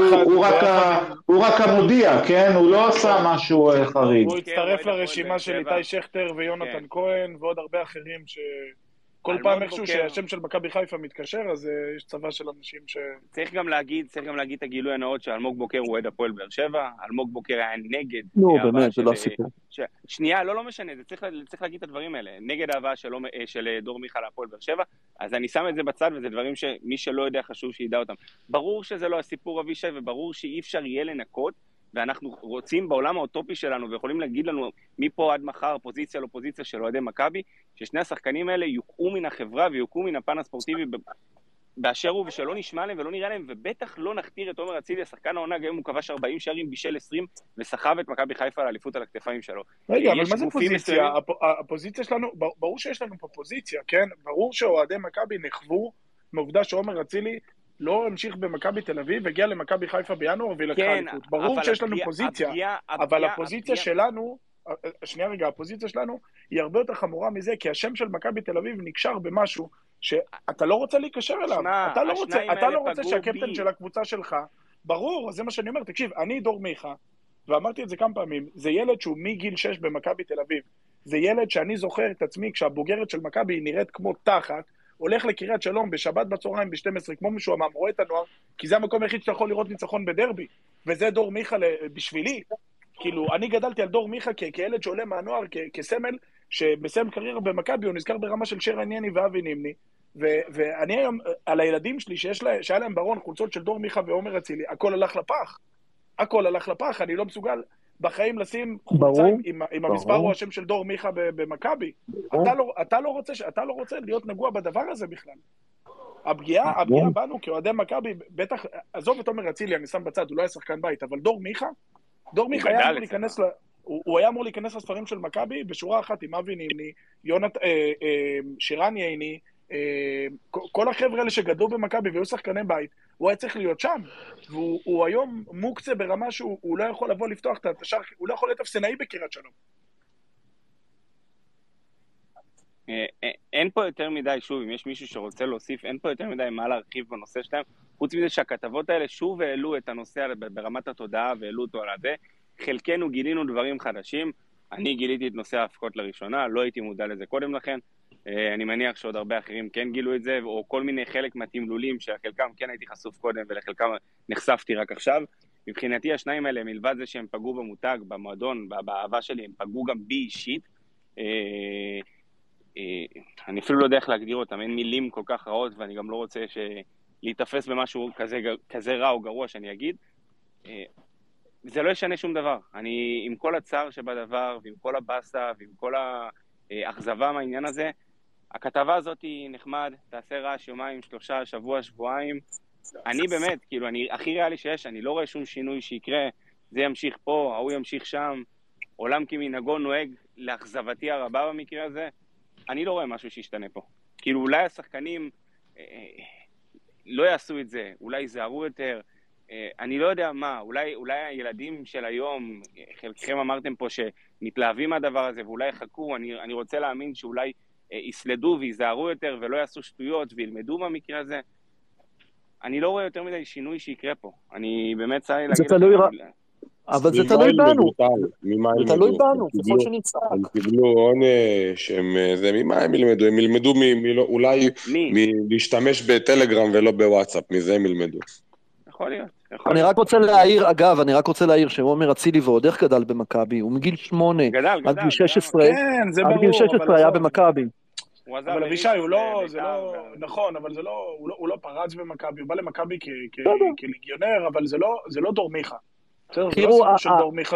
הוא רק המודיע, כן? הוא לא עשה משהו חריג.
הוא הצטרף לרשימה של איתי שכטר ויונתן כהן ועוד הרבה אחרים כל פעם איכשהו שהשם של מכבי חיפה מתקשר, אז יש צבא של אנשים
צריך גם להגיד את הגילוי הנאות שאלמוג בוקר הוא אוהד הפועל באר שבע, אלמוג בוקר היה נגד...
נו, באמת, זה לא סיפור.
שנייה, לא משנה, צריך להגיד את הדברים האלה, נגד האהבה של דור מיכה להפועל באר שבע, אז אני שם את זה בצד, וזה דברים שמי שלא יודע חשוב שידע אותם. ברור שזה לא הסיפור אבישי, וברור שאי אפשר יהיה לנקות, ואנחנו רוצים בעולם האוטופי שלנו, ויכולים להגיד לנו מפה עד מחר, פוזיציה לא פוזיציה של אוהדי מכבי, ששני השחקנים האלה יוקעו מן החברה, ויוקעו מן הפן הספורטיבי באשר הוא, ושלא נשמע להם ולא נראה להם, ובטח לא נכתיר את עומר אצילי, השחקן העונה, גם הוא כבש 40 שערים, בישל 20, וסחב את מכבי חיפה לאליפות על הכתפיים שלו.
רגע, אבל מה זה פוזיציה? הפוזיציה שלנו, ברור שיש לנו פה פוזיציה, כן? ברור שאוהדי מכבי נחוו מעובדה שעומר אצילי לא המשיך במכבי תל אביב, הגיע למכבי חיפה בינואר ולקחה אליפות. ברור שיש לנו פוזיציה, אבל הפוזיציה שלנו, שנייה רגע, הפוזיציה שלנו היא הרבה יותר חמורה מזה, כי השם של מכבי תל אביב נקשר במשהו שאתה לא רוצה להיקשר אליו. אתה לא רוצה שהקפטן של הקבוצה שלך, ברור, זה מה שאני אומר, תקשיב, אני דור מיכה, ואמרתי את זה כמה פעמים, זה ילד שהוא מגיל 6 במכבי תל אביב, זה ילד שאני זוכר את עצמי, כשהבוגרת של מכבי היא נראית כמו תחת, הולך לקריית שלום בשבת בצהריים ב-12, כמו מישהו אמר, רואה את הנוער, כי זה המקום היחיד שאתה יכול לראות ניצחון בדרבי, וזה דור מיכה בשבילי. כאילו, אני גדלתי על דור מיכה כילד שעולה מהנוער, כסמל, שבסיים קריירה במכבי, הוא נזכר ברמה של שיר ענייני ואבי נימני, ואני היום, על הילדים שלי, שהיה להם ברון חולצות של דור מיכה ועומר אצילי, הכל הלך לפח, אני לא מסוגל בחיים לשים חולצה עם המספר או השם של דור מיכה במכבי. אתה לא רוצה להיות נגוע בדבר הזה בכלל. הפגיעה בנו כאוהדי מכבי, בטח, עזוב את עומר אצילי, אני שם בצד, הוא לא היה שחקן בית, אבל דור מיכה היה אמור להיכנס, הוא היה אמור להיכנס לספרים של מכבי בשורה אחת עם אבי נימני, שירן ייני, כל החבר'ה האלה שגדלו במכבי והיו שחקני בית, הוא היה צריך להיות שם, והוא היום מוקצה ברמה שהוא לא יכול לבוא לפתוח את השער, הוא לא יכול להיות אפסנאי בקריית שלום.
אין פה יותר מדי, שוב, אם יש מישהו שרוצה להוסיף, אין פה יותר מדי מה להרחיב בנושא שלהם, חוץ מזה שהכתבות האלה שוב העלו את הנושא ברמת התודעה והעלו אותו על הזה, חלקנו גילינו דברים חדשים, אני גיליתי את נושא ההפקות לראשונה, לא הייתי מודע לזה קודם לכן, אני מניח שעוד הרבה אחרים כן גילו את זה, או כל מיני חלק מהתמלולים שחלקם כן הייתי חשוף קודם ולחלקם נחשפתי רק עכשיו. מבחינתי השניים האלה, מלבד זה שהם פגעו במותג, במועדון, באהבה שלי, הם פגעו גם בי אישית. אני אפילו לא יודע איך להגדיר אותם, אין מילים כל כך רעות, ואני גם לא רוצה להתאפס במשהו כזה רע או גרוע שאני אגיד. זה לא ישנה שום דבר. אני עם כל הצער שבדבר, ועם כל הבאסה, ועם כל האכזבה מהעניין הזה, הכתבה הזאת היא נחמד, תעשה רעש יומיים, 3, שבוע, שבועיים. אני באמת, כאילו, אני הכי ריאלי שיש, אני לא רואה שום שינוי שיקרה, זה ימשיך פה, ההוא ימשיך שם, עולם כמנהגו נוהג לאכזבתי הרבה במקרה הזה, אני לא רואה משהו שישתנה פה. כאילו, אולי השחקנים לא יעשו את זה, אולי יזהרו יותר, אני לא יודע מה, אולי הילדים של היום, חלקכם אמרתם פה שמתלהבים מהדבר הזה, ואולי יחכו, אני רוצה להאמין שאולי יסלדו ויזהרו יותר, ולא יעשו שטויות וילמדו במקרה הזה. אני לא רואה יותר מדי שינוי שיקרה פה. אני באמת צריך להגיד...
זה תלוי אבל זה תלוי בנו. זה תלוי בנו, ככל שנצטרך.
הם קיבלו עונש, ממה הם ילמדו? הם ילמדו אולי להשתמש בטלגרם ולא בוואטסאפ, מזה הם ילמדו.
יכול להיות.
אני רק רוצה להעיר, אגב, אני רק רוצה להעיר שעומר אצילי ועוד איך גדל במכבי, הוא מגיל 8 עד גיל 16, עד גיל 16 היה במכבי.
אבל אבישי, הוא לא, זה לא, נכון, אבל זה לא, הוא לא פרץ במכבי, הוא בא למכבי כליגיונר, אבל זה לא דור מיכה. זה לא סיפור של דור מיכה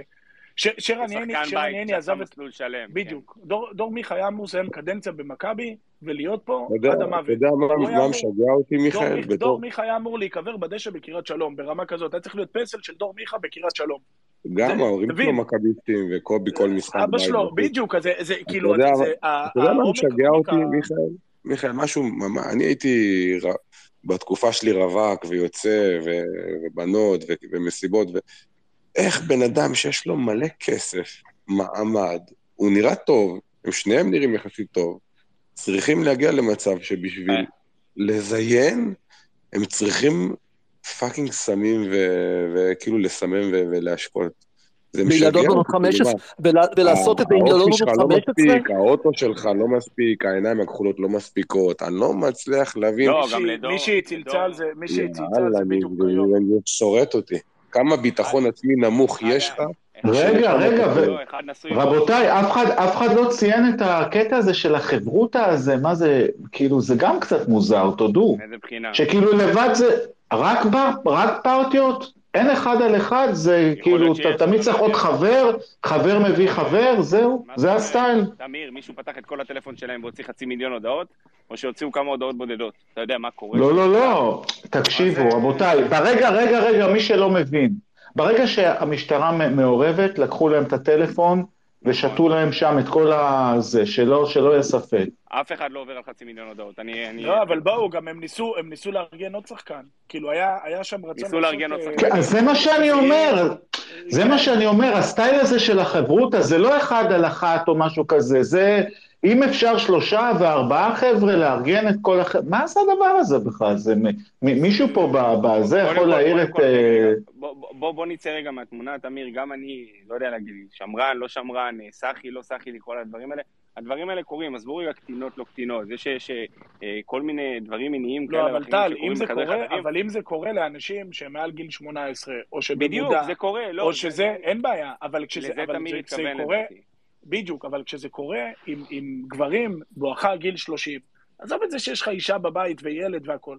שרענייני עזב את... בדיוק. דור מיכה היה אמור לסיים קדנציה במכבי ולהיות פה עד המוות.
אתה יודע מה משגע אותי, מיכאל?
דור מיכה היה אמור להיקבר בדשא בקריית שלום, ברמה כזאת. היה צריך להיות פסל של דור מיכה בקריית שלום.
גם ההורים שלו מכביסטים וקובי כל משחק.
אבא שלו, בדיוק, זה כאילו...
אתה יודע מה משגע אותי, מיכאל? משהו, אני הייתי בתקופה שלי רווק ויוצא ובנות ומסיבות איך בן אדם שיש לו מלא כסף, מעמד, הוא נראה טוב, הם שניהם נראים יחסית טוב, צריכים להגיע למצב שבשביל לזיין, הם צריכים פאקינג סמים וכאילו לסמם ולהשקות.
בילדות בנות 15, ולעשות את זה עם ילדות בנות 15?
האוטו שלך לא מספיק, העיניים הכחולות לא מספיקות, אני לא מצליח להבין.
מי שצלצל זה בדיוק היום.
זה שורת אותי. כמה ביטחון עצמי נמוך יש לך?
רגע, רבותיי, אף אחד לא ציין את הקטע הזה של החברותה הזה, מה זה, כאילו זה גם קצת מוזר, תודו.
איזה בחינה?
שכאילו לבד זה, רק פרטיות, אין אחד על אחד, זה כאילו, תמיד צריך עוד חבר מביא חבר, זהו, זה הסטייל.
תמיר, מישהו פתח את כל הטלפון שלהם והוציא 500,000 הודעות, או שהוציאו כמה הודעות בודדות? אתה יודע מה קורה?
לא, תקשיבו, רבותיי, רגע, מי שלא מבין, ברגע שהמשטרה מעורבת, לקחו להם את הטלפון, ושתו להם שם את כל הזה, שלא יהיה ספק.
אף אחד לא עובר על 500,000 הודעות.
לא, אבל באו, גם הם ניסו לארגן עוד שחקן. כאילו, היה שם רצון...
ניסו לארגן עוד שחקן.
אז זה מה שאני אומר, הסטייל הזה של החברותה, זה לא אחד על אחת או משהו כזה, זה... אם אפשר 3 ו4 חבר'ה לארגן את כל מה זה הדבר הזה בכלל? מישהו פה בזה יכול להעיר את...
בוא נצא רגע מהתמונה, תמיר, גם אני, לא יודע להגיד, שמרן, לא שמרן, סחי, לא סחי, כל הדברים האלה. הדברים האלה קורים, אז בואו רגע קטינות, לא קטינות. זה שיש כל מיני דברים מיניים כאלה
ואחרים שקורים בחדרי חדרים. אבל אם זה קורה לאנשים שהם מעל גיל 18, או שבמודע...
בדיוק, זה קורה, לא.
או שזה, אין בעיה, אבל כשזה קורה...
בדיוק,
אבל כשזה קורה עם גברים בואכה גיל 30, עזוב את זה שיש לך אישה בבית וילד והכל,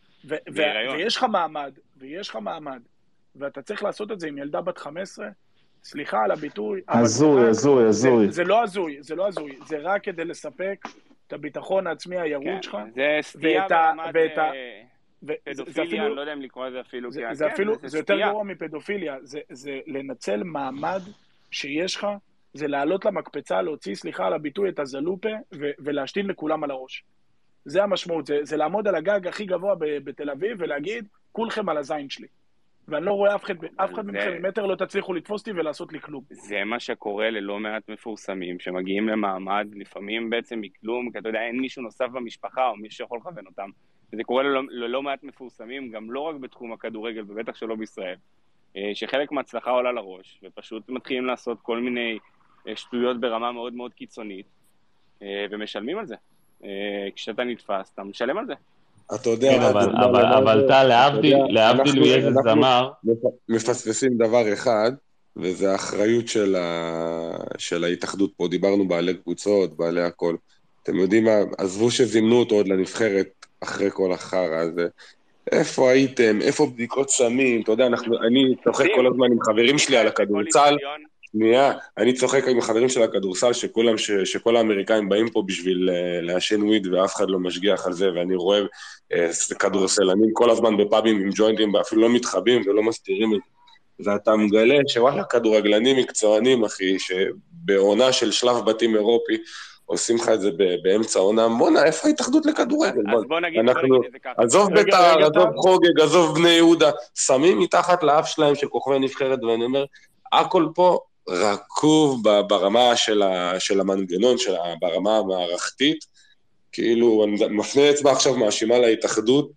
ויש לך מעמד, ואתה צריך לעשות את זה עם ילדה בת 15, סליחה על הביטוי,
הזוי.
זה לא הזוי, זה רק כדי לספק את הביטחון העצמי הירוד שלך,
זה סטייה ברמת פדופיליה, אני לא יודע אם לקרוא את זה אפילו,
זה יותר גרוע מפדופיליה, זה לנצל מעמד שיש לך, זה לעלות למקפצה, להוציא, סליחה על הביטוי, את הזלופה, ולהשתין לכולם על הראש. זה המשמעות, זה לעמוד על הגג הכי גבוה בתל אביב, ולהגיד, כולכם על הזין שלי. ואני לא רואה אף אחד מכם ממטר לא תצליחו לתפוס אותי ולעשות לי כלום.
זה מה שקורה ללא מעט מפורסמים, שמגיעים למעמד, לפעמים בעצם מכלום, כי אתה יודע, אין מישהו נוסף במשפחה, או מישהו שיכול לכוון אותם. וזה קורה ללא מעט מפורסמים, גם לא רק בתחום הכדורגל, ובטח שלא בישראל, שחלק מההצלחה עולה לראש, ופשוט מתחילים לעשות כל מיני שטויות ברמה מאוד מאוד קיצונית, ומשלמים על זה. כשאתה נתפס, אתה משלם על זה.
אתה יודע,
אבל טל, להבדיל מאיזה זמר,
מפספסים דבר אחד, וזה האחריות של ההתאחדות פה. דיברנו בעלי קבוצות, בעלי הכל. אתם יודעים מה, עזבו שזימנו אותו עוד לנבחרת אחרי כל החרא הזה. איפה הייתם? איפה בדיקות סמים? אתה יודע, אני צוחק כל הזמן עם חברים שלי על הכדורסל. אני צוחק עם החברים של הכדורסל, שכל האמריקאים באים פה בשביל לעשן וויד, ואף אחד לא משגיח על זה, ואני רואה כדורסלנים כל הזמן בפאבים עם ג'וינטים, ואפילו לא מתחבים ולא מסתירים את זה. ואתה מגלה שוואלה, כדורגלנים מקצוענים, אחי, שבעונה של שלב בתים אירופי, עושים לך את זה באמצע עונה, בונה, איפה ההתאחדות לכדורגל?
אז בוא נגיד את זה ככה.
עזוב בית"ר, עזוב חוגג, עזוב בני יהודה, שמים מתחת לאף שלהם של כוכבי נבחרת, ואני אומר, הכל פה רקוב ברמה של המנגנון, ברמה המערכתית, כאילו, אני מפנה אצבע עכשיו מאשימה להתאחדות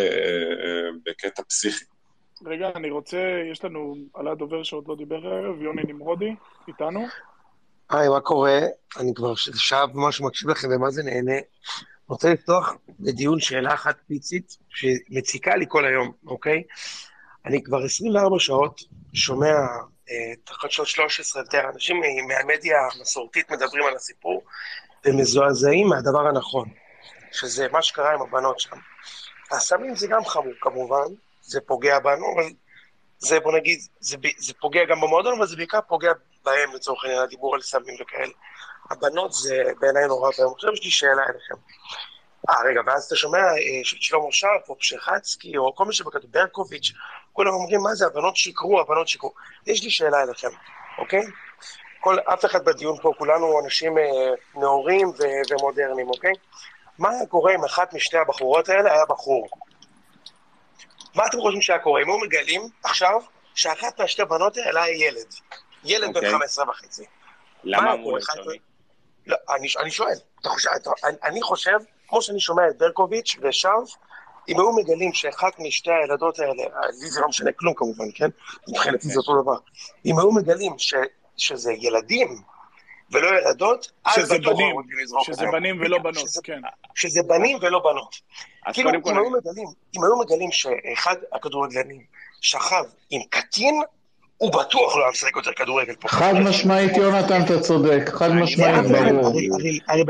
בקטע פסיכי.
רגע, אני רוצה, יש לנו על הדובר שעוד לא דיבר הערב, יוני נמרודי, איתנו.
היי, מה קורה? אני כבר שעה ממש מקשיב לכם ומה זה נהנה. אני רוצה לפתוח לדיון שאלה אחת פיצית שמציקה לי כל היום, אוקיי? אני כבר 24 שעות שומע תחת 13 יותר אנשים מהמדיה המסורתית מדברים על הסיפור ומזועזעים מהדבר הנכון, שזה מה שקרה עם הבנות שם. הסמים זה גם חמור כמובן, זה פוגע בנו, אבל זה בוא נגיד, זה פוגע גם במועדון, אבל זה בעיקר פוגע בהם לצורך העניין, הדיבור על סמים וכאלה. הבנות זה בעיניי נורא, ואני חושב שיש לי שאלה אליכם. רגע, ואז אתה שומע שלמה שרף או פשחצקי או כל מי שבכתוב ברקוביץ', כולם אומרים מה זה, הבנות שיקרו. יש לי שאלה אליכם, אוקיי? אף אחד בדיון פה, כולנו אנשים נאורים ומודרניים, אוקיי? מה היה קורה אם אחת משתי הבחורות האלה היה בחור? מה אתם חושבים שהיה קורה? אם הוא מגלים עכשיו שאחת מהשתי בנות האלה היה ילד בן 15 וחצי.
למה אמרו לשוני?
לא, אני שואל, אני חושב, כמו שאני שומע את ברקוביץ' ושרף, אם היו מגלים שאחת משתי הילדות האלה, לי זה לא משנה כלום כמובן, כן? מבחינתי זה אותו דבר. אם היו מגלים שזה ילדים ולא ילדות,
שזה בנים ולא בנות, כן.
שזה בנים ולא בנות. כאילו, אם היו מגלים שאחד הכדורגלנים שכב עם קטין, הוא בטוח לא משחק יותר כדורגל פה.
חד משמעית, יונתן, אתה צודק, חד משמעית, ברור.
הרי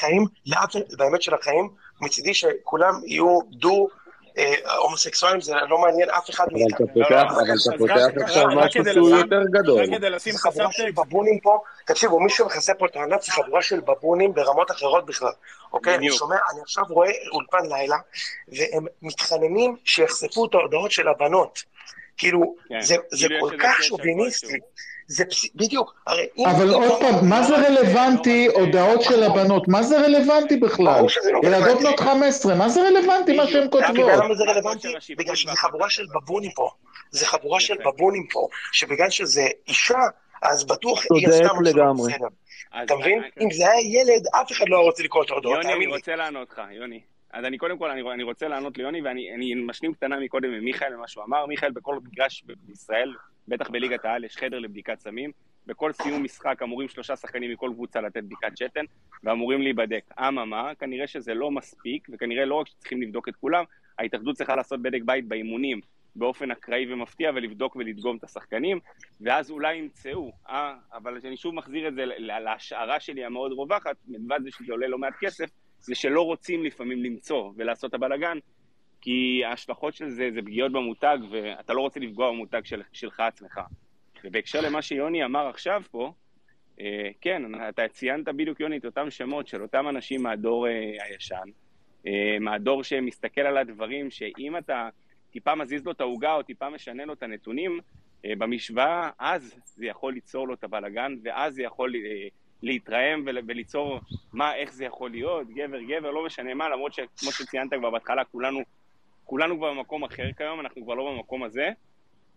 באמת של החיים, מצידי שכולם יהיו הומוסקסואלים, זה לא מעניין אף אחד מאיתנו.
אבל אתה פותח עכשיו משהו שהוא יותר גדול.
זה חבורה של בבונים פה, תקשיבו, מישהו מכסה פה את הענף, זה חבורה של בבונים ברמות אחרות בכלל. אוקיי, אני עכשיו רואה אולפן לילה, והם מתחננים שיחשפו את ההודעות של הבנות. כאילו, זה כל כך שוביניסטי, זה בדיוק,
אבל עוד פעם, מה זה רלוונטי הודעות של הבנות? מה זה רלוונטי בכלל? ילדות בנות 15, מה זה רלוונטי מה שהן כותבות?
למה זה רלוונטי? בגלל שזה חבורה של בבונים פה, זה חבורה של בבונים פה, שבגלל שזה אישה, אז בטוח היא עשתה משהו בסדר. אתה מבין? אם זה היה ילד, אף אחד לא רוצה לקרוא את ההודעות.
יוני, אני רוצה לענות לך, יוני. אז קודם כל, אני רוצה לענות ליוני, ואני משלים קטנה מקודם ממיכאל למה שהוא אמר. מיכאל, בכל מגרש בישראל, בטח בליגת העל, יש חדר לבדיקת סמים. בכל סיום משחק אמורים 3 שחקנים מכל קבוצה לתת בדיקת שתן, ואמורים להיבדק. אממה, כנראה שזה לא מספיק, וכנראה לא רק שצריכים לבדוק את כולם, ההתאחדות צריכה לעשות בדק בית באימונים, באופן אקראי ומפתיע, ולבדוק ולדגום את השחקנים, ואז אולי ימצאו, אבל אני שוב מחזיר את זה להשערה שלי המאוד רווחת, מלבד זה שזה עולה לא מעט כסף, זה שלא רוצים לפעמים למצוא ולעשות הבלגן, כי ההשלכות של זה פגיעות במותג, ואתה לא רוצה לפגוע במותג שלך עצמך. ובהקשר למה שיוני אמר עכשיו פה, כן, אתה ציינת בדיוק, יוני, את אותם שמות של אותם אנשים מהדור הישן, מהדור שמסתכל על הדברים, שאם אתה טיפה מזיז לו את ההוגה, או טיפה משנה לו את הנתונים, במשוואה, אז זה יכול ליצור לו את הבלגן, ואז זה יכול להתרעם וליצור איך זה יכול להיות, גבר, לא משנה מה, למרות שכמו שציינת כבר בהתחלה, כולנו כבר במקום אחר כיום, אנחנו כבר לא במקום הזה,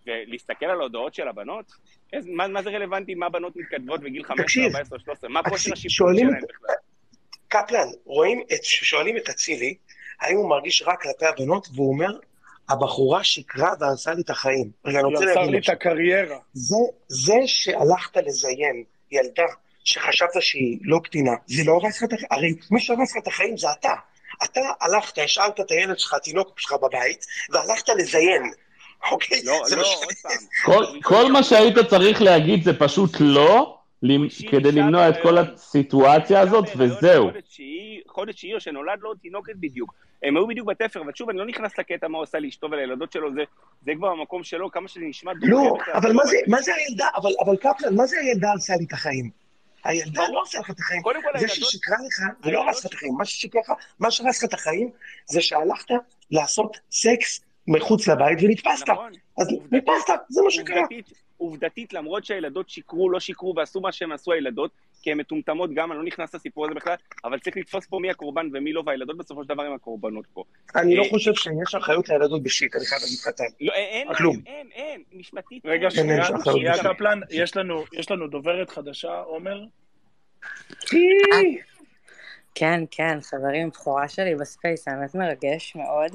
ולהסתכל על ההודעות של הבנות, מה זה רלוונטי, מה בנות מתכתבות בגיל 15,
תקשיב,
14, 13, מה כושר השיפוט
שואלים,
שלהן בכלל?
קפלן, שואלים את אצילי, האם הוא מרגיש רק כלפי הבנות, והוא אומר, הבחורה שקרה והרסה לי את החיים. רגע, אני
היא
רוצה
הרסה
להגיד
לי את
משהו.
הקריירה.
זה שהלכת לזיין ילדה שחשבת שהיא לא קטינה, זה לא הרס לך את החיים, הרי מי שהרס לך את החיים זה אתה. אתה הלכת, השארת את הילד שלך, התינוק שלך בבית, והלכת לזיין. אוקיי?
לא,
זה
לא,
מה
עוד פעם.
כל מה שהיית צריך להגיד זה פשוט לא, כדי למנוע את כל הסיטואציה הזאת, וזהו.
חודש שהיא או שנולד לו תינוקת בדיוק. הם היו בדיוק בתפר, ושוב, אני לא נכנס לקטע מה הוא עושה לאשתו ולילדות שלו, זה כבר המקום שלו, כמה שזה נשמע דומה.
לא, אבל מה זה הילדה? אבל קפלן, מה זה הילדה עשה לי את החיים? הילדה לא עושה לך את החיים. זה ששקרה לך, זה לא עשה לך את החיים. מה שרס לך את החיים, זה שהלכת לעשות סקס מחוץ לבית ונתפסת. אז נתפסת, זה מה שקרה.
עובדתית, למרות שהילדות שיקרו, לא שיקרו, ועשו מה שהם עשו הילדות, כי הן מטומטמות גם, אני לא נכנס לסיפור הזה בכלל, אבל צריך לתפוס פה מי הקורבן ומי לא, והילדות בסופו של דבר הם הקורבנות פה.
אני לא חושב שיש אחריות לילדות בשיט, אני חייב להגיד קטן.
לא, אין, משפטית.
רגע, שנייה קפלן, יש לנו דוברת חדשה, עומר?
כן, חברים, בחורה שלי בספייס, האמת מרגש מאוד.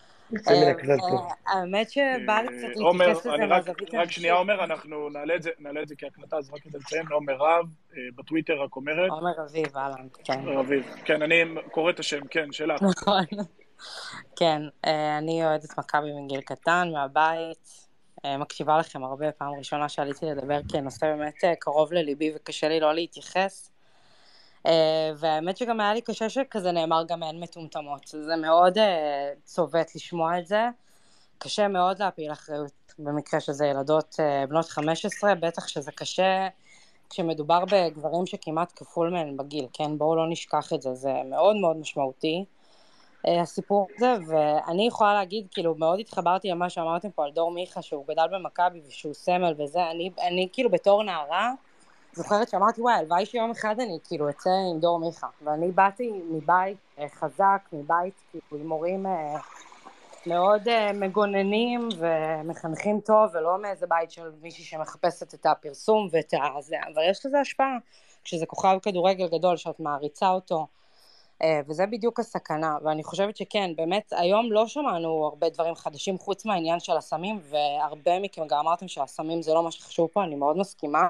האמת שבא לי קצת להתייחס לזה מהזווית.
רק שנייה עומר, אנחנו נעלה את זה כהקלטה, אז רק כדי לציין, עומר רב, בטוויטר רק אומרת.
עומר רביב, אהלן, כן.
רביב, כן, אני קורא את השם, כן, שלך.
נכון. כן, אני אוהדת מכבי מגיל קטן, מהבית, מקשיבה לכם הרבה, פעם ראשונה שעליתי לדבר, כי הנושא באמת קרוב לליבי וקשה לי לא להתייחס. והאמת שגם היה לי קשה שכזה נאמר גם אין מטומטמות, זה מאוד צובט לשמוע את זה, קשה מאוד להפיל אחריות במקרה שזה ילדות בנות 15, בטח שזה קשה כשמדובר בגברים שכמעט כפול מהן בגיל, כן, בואו לא נשכח את זה, זה מאוד מאוד משמעותי הסיפור הזה, ואני יכולה להגיד, כאילו מאוד התחברתי למה שאמרתם פה על דור מיכה שהוא גדל במכבי ושהוא סמל וזה, אני כאילו בתור נערה זוכרת שאמרתי, וואי, הלוואי שיום אחד אני כאילו אצא עם דור מיכה, ואני באתי מבית חזק, מבית כאילו עם מורים מאוד מגוננים ומחנכים טוב, ולא מאיזה בית של מישהי שמחפשת את הפרסום ואת הזה, אבל יש לזה השפעה, כשזה כוכב כדורגל גדול שאת מעריצה אותו, וזה בדיוק הסכנה, ואני חושבת שכן, באמת היום לא שמענו הרבה דברים חדשים חוץ מהעניין של הסמים, והרבה מכם גם אמרתם שהסמים זה לא מה שחשוב פה, אני מאוד מסכימה,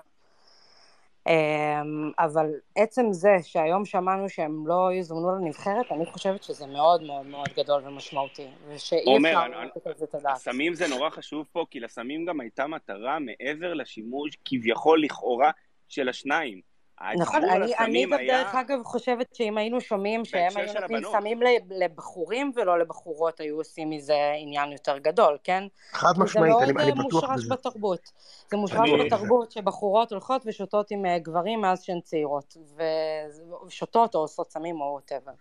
אבל עצם זה שהיום שמענו שהם לא יזומנו לנבחרת, אני חושבת שזה מאוד מאוד מאוד גדול ומשמעותי, ושאי אפשר לתת על זה את הדעת.
הסמים זה נורא חשוב פה, כי לסמים גם הייתה מטרה מעבר לשימוש כביכול לכאורה של השניים.
נכון, אני בדרך אגב חושבת שאם היינו שומעים שהם היו נותנים סמים לבחורים ולא לבחורות, היו עושים מזה עניין יותר גדול, כן?
חד משמעית, אני בטוח בזה.
זה מאוד מושרש בתרבות. זה מושרש בתרבות שבחורות הולכות ושותות עם גברים מאז שהן צעירות, ושותות או עושות סמים או whatever.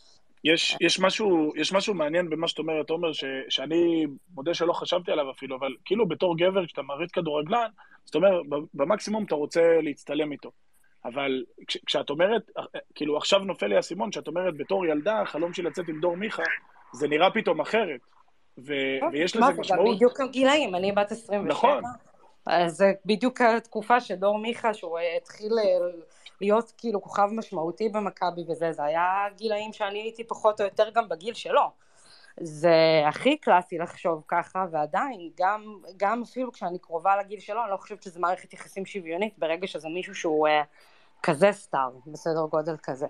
יש משהו מעניין במה שאת אומרת, עומר, שאני מודה שלא חשבתי עליו אפילו, אבל כאילו בתור גבר, כשאתה מריץ כדורגלן, זאת אומרת, במקסימום אתה רוצה להצטלם איתו. אבל כשאת אומרת, כאילו עכשיו נופל לי הסימון, כשאת אומרת בתור ילדה, חלום של לצאת עם דור מיכה, זה נראה פתאום אחרת. ויש לזה משמעות.
זה בדיוק הגילאים, אני בת 27.
נכון.
זה בדיוק התקופה שדור מיכה, שהוא התחיל להיות כאילו כוכב משמעותי במכבי וזה, זה היה גילאים שאני הייתי פחות או יותר גם בגיל שלו. זה הכי קלאסי לחשוב ככה, ועדיין, גם אפילו כשאני קרובה לגיל שלו, אני לא חושבת שזה מערכת יחסים שוויונית, ברגע שזה מישהו שהוא כזה סטאר, בסדר גודל כזה.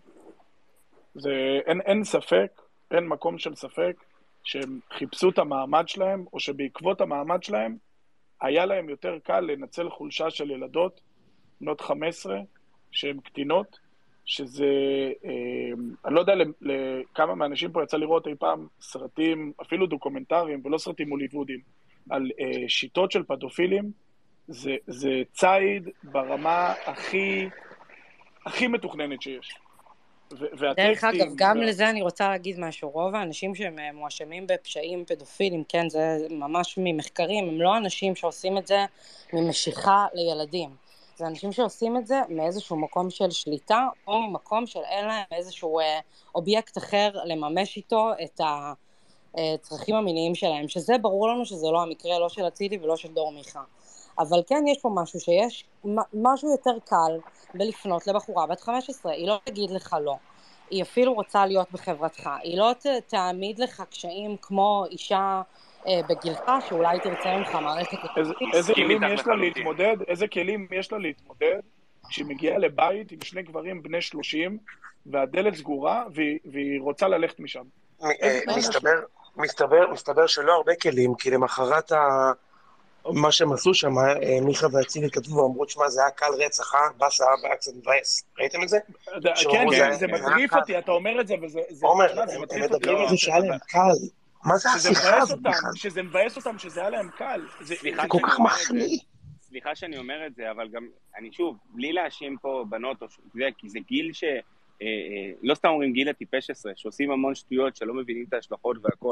אין ספק, אין מקום של ספק, שהם חיפשו את המעמד שלהם, או שבעקבות המעמד שלהם, היה להם יותר קל לנצל חולשה של ילדות, בנות 15, שהן קטינות, שזה, אני לא יודע לכמה מהאנשים פה יצא לראות אי פעם סרטים, אפילו דוקומנטריים, ולא סרטים הוליוודיים, על שיטות של פדופילים, זה צייד ברמה הכי מתוכננת שיש.
דרך אגב, גם לזה אני רוצה להגיד משהו, רוב האנשים שהם מואשמים בפשעים פדופילים, כן, זה ממש ממחקרים, הם לא אנשים שעושים את זה ממשיכה לילדים. זה אנשים שעושים את זה מאיזשהו מקום של שליטה, או ממקום של אין להם איזשהו אובייקט אחר לממש איתו צרכים המיניים שלהם, שזה ברור לנו שזה לא המקרה, לא של אצילי ולא של דור מיכה. אבל כן יש פה משהו שיש, משהו יותר קל בלפנות לבחורה בת 15, היא לא תגיד לך לא, היא אפילו רוצה להיות בחברתך, היא לא תעמיד לך קשיים כמו אישה בגילך שאולי תרצה ממך מערכת.
איזה כלים יש לה להתמודד? איזה כלים יש לה להתמודד כשהיא מגיעה לבית עם שני גברים בני 30 והדלת סגורה והיא רוצה ללכת משם?
מסתבר שלא הרבה כלים, כי למחרת מה שהם עשו שם, מיכה ואצילי כתבו ואמרו, שמה, זה היה קל רצח, באסה, היה קצת מבאס. ראיתם את זה?
כן, זה מטריף אותי, אתה אומר את זה, וזה
עומר, הם מדברים על זה שהיה להם קל. מה זה השיחה הזאת בכלל?
שזה מבאס אותם, שזה היה להם קל.
זה כל כך מחמיא.
סליחה שאני אומר את זה, אבל גם, אני שוב, בלי להאשים פה בנות, כי זה גיל לא סתם אומרים גיל הטיפש 10, שעושים המון שטויות, שלא מבינים את ההשלכות והכל.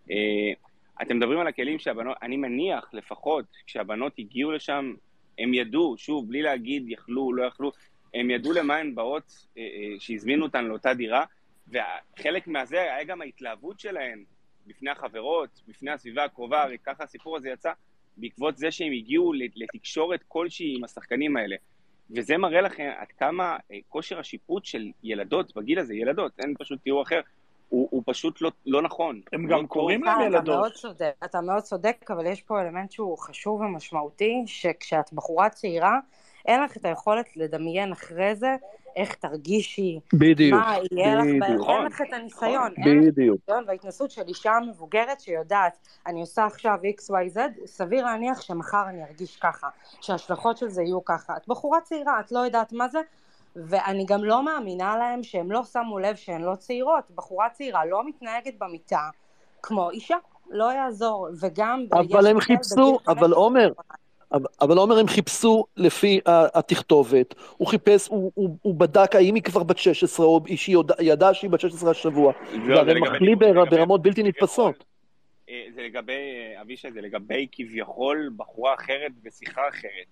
אתם מדברים על הכלים שהבנות, אני מניח לפחות, כשהבנות הגיעו לשם, הם ידעו, שוב, בלי להגיד יכלו, לא יכלו, הם ידעו למה הן באות, שהזמינו אותן לאותה דירה, וחלק מהזה היה גם ההתלהבות שלהן, בפני החברות, בפני הסביבה הקרובה, וככה הסיפור הזה יצא, בעקבות זה שהם הגיעו לתקשורת כלשהי עם השחקנים האלה. וזה מראה לכם עד כמה כושר השיפוט של ילדות, בגיל הזה, ילדות, אין פשוט תיאור אחר, הוא פשוט לא נכון.
הם גם קוראים להם ילדות.
אתה מאוד צודק, אבל יש פה אלמנט שהוא חשוב ומשמעותי, שכשאת בחורה צעירה, אין לך את היכולת לדמיין אחרי זה, איך תרגישי, מה יהיה לך, אין לך את הניסיון, וההתנסות של אישה מבוגרת שיודעת, אני עושה עכשיו XYZ, סביר להניח שמחר אני ארגיש ככה, שההשלכות של זה יהיו ככה. את בחורה צעירה, את לא יודעת מה זה, ואני גם לא מאמינה להם שהם לא שמו לב שהן לא צעירות. בחורה צעירה לא מתנהגת במיטה כמו אישה, לא יעזור. וגם
אבל הם חיפשו, אבל עומר הם חיפשו לפי התכתובת, הוא חיפש, הוא בדק האם היא כבר בת 16 או שהיא ידעה שהיא בת 16 השבוע, והרי מחליא ברמות בלתי נתפסות.
זה לגבי, אבישי, זה לגבי כביכול בחורה אחרת ושיחה אחרת.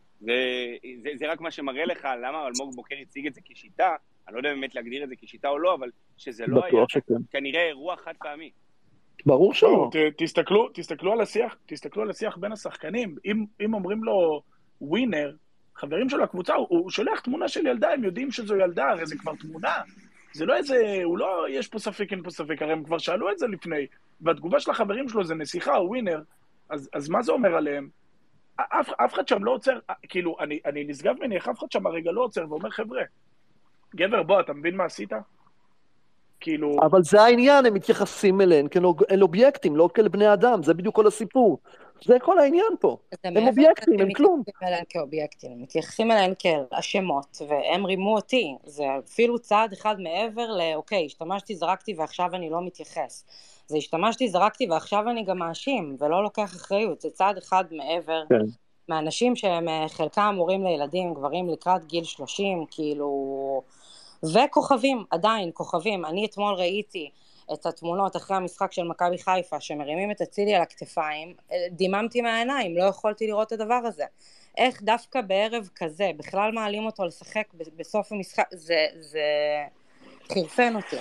זה רק מה שמראה לך למה אלמוג בוקר הציג את זה כשיטה, אני לא יודע באמת להגדיר את זה כשיטה או לא, אבל שזה לא היה כנראה אירוע חד פעמי.
ברור שלא.
תסתכלו על השיח בין השחקנים, אם אומרים לו ווינר, חברים של הקבוצה, הוא שולח תמונה של ילדה, הם יודעים שזו ילדה, הרי זה כבר תמונה, זה לא איזה, הוא לא, יש פה ספק, אין פה ספק, הרי הם כבר שאלו את זה לפני, והתגובה של החברים שלו זה נסיכה או ווינר, אז מה זה אומר עליהם? אף אחד שם לא עוצר, כאילו, אני נשגב מניח, אף אחד שם הרגע לא עוצר ואומר, חבר'ה, גבר, בוא, אתה מבין מה עשית? כאילו...
אבל זה העניין, הם מתייחסים אליהם כאל אובייקטים, לא כאל בני אדם, זה בדיוק כל הסיפור. זה כל העניין פה. הם אובייקטים, הם כלום.
מתייחסים אליהם כאובייקטים, מתייחסים אליהם כאל אשמות, והם רימו אותי. זה אפילו צעד אחד מעבר לאוקיי, השתמשתי, זרקתי ועכשיו אני לא מתייחס. זה השתמשתי, זרקתי ועכשיו אני גם מאשים, ולא לוקח אחריות. זה צעד אחד מעבר מאנשים שהם חלקם מורים לילדים, גברים לקראת גיל 30, כאילו... וכוכבים, עדיין כוכבים. אני אתמול ראיתי את התמונות אחרי המשחק של מכבי חיפה, שמרימים את אצילי על הכתפיים, דיממתי מהעיניים, לא יכולתי לראות את הדבר הזה. איך דווקא בערב כזה, בכלל מעלים אותו לשחק בסוף המשחק, זה חרפן אותי.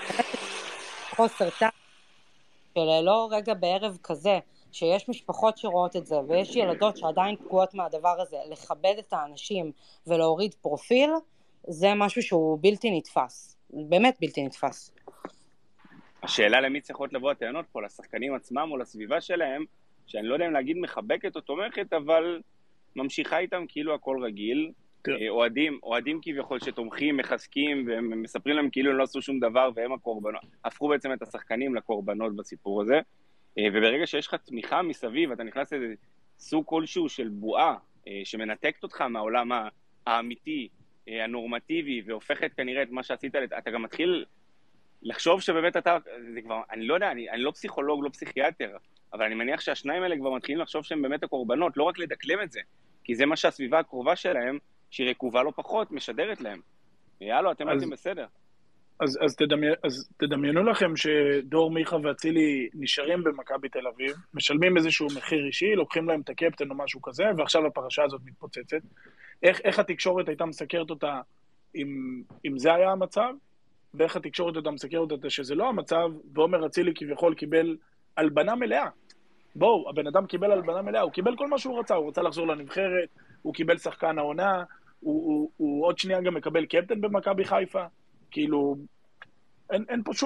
חוסר טעם, שלא רגע בערב כזה, שיש משפחות שרואות את זה, ויש ילדות שעדיין פגועות מהדבר הזה, לכבד את האנשים ולהוריד פרופיל, זה משהו שהוא בלתי נתפס, באמת בלתי נתפס.
השאלה למי צריכות לבוא הטענות פה, לשחקנים עצמם או לסביבה שלהם, שאני לא יודע אם להגיד מחבקת או תומכת, אבל ממשיכה איתם כאילו הכל רגיל, אוהדים כביכול שתומכים, מחזקים, והם מספרים להם כאילו הם לא עשו שום דבר, והם הקורבנות, הפכו בעצם את השחקנים לקורבנות בסיפור הזה, וברגע שיש לך תמיכה מסביב, אתה נכנס לאיזה סוג כלשהו של בועה, שמנתקת אותך מהעולם האמיתי, הנורמטיבי, והופכת כנראה את מה שעשית, אתה גם מתחיל לחשוב שבאמת אתה, זה כבר, אני לא יודע, אני לא פסיכולוג, לא פסיכיאטר, אבל אני מניח שהשניים האלה כבר מתחילים לחשוב שהם באמת הקורבנות, לא רק לדקלם את זה, כי זה מה שהסביבה הקרובה שלהם, שהיא רקובה לא פחות, משדרת להם. יאללה, אתם הייתם בסדר.
אז תדמיינו לכם שדור מיכה ואצילי נשארים במכבי תל אביב, משלמים איזשהו מחיר אישי, לוקחים להם את הקפטן או משהו כזה, ועכשיו הפרשה הזאת מתפוצצת. איך התקשורת הייתה מסקרת אותה אם זה היה המצב? ואיך התקשורת אותה מסקרת אותה, שזה לא המצב, ועומר אצילי כביכול קיבל הלבנה מלאה. בואו, הבן אדם קיבל הלבנה מלאה, הוא קיבל כל מה שהוא רצה, הוא רצה לחזור לנבחרת, הוא קיבל שחקן העונה, הוא עוד שנייה גם מקבל קפטן במכבי חיפה, כאילו, אין פה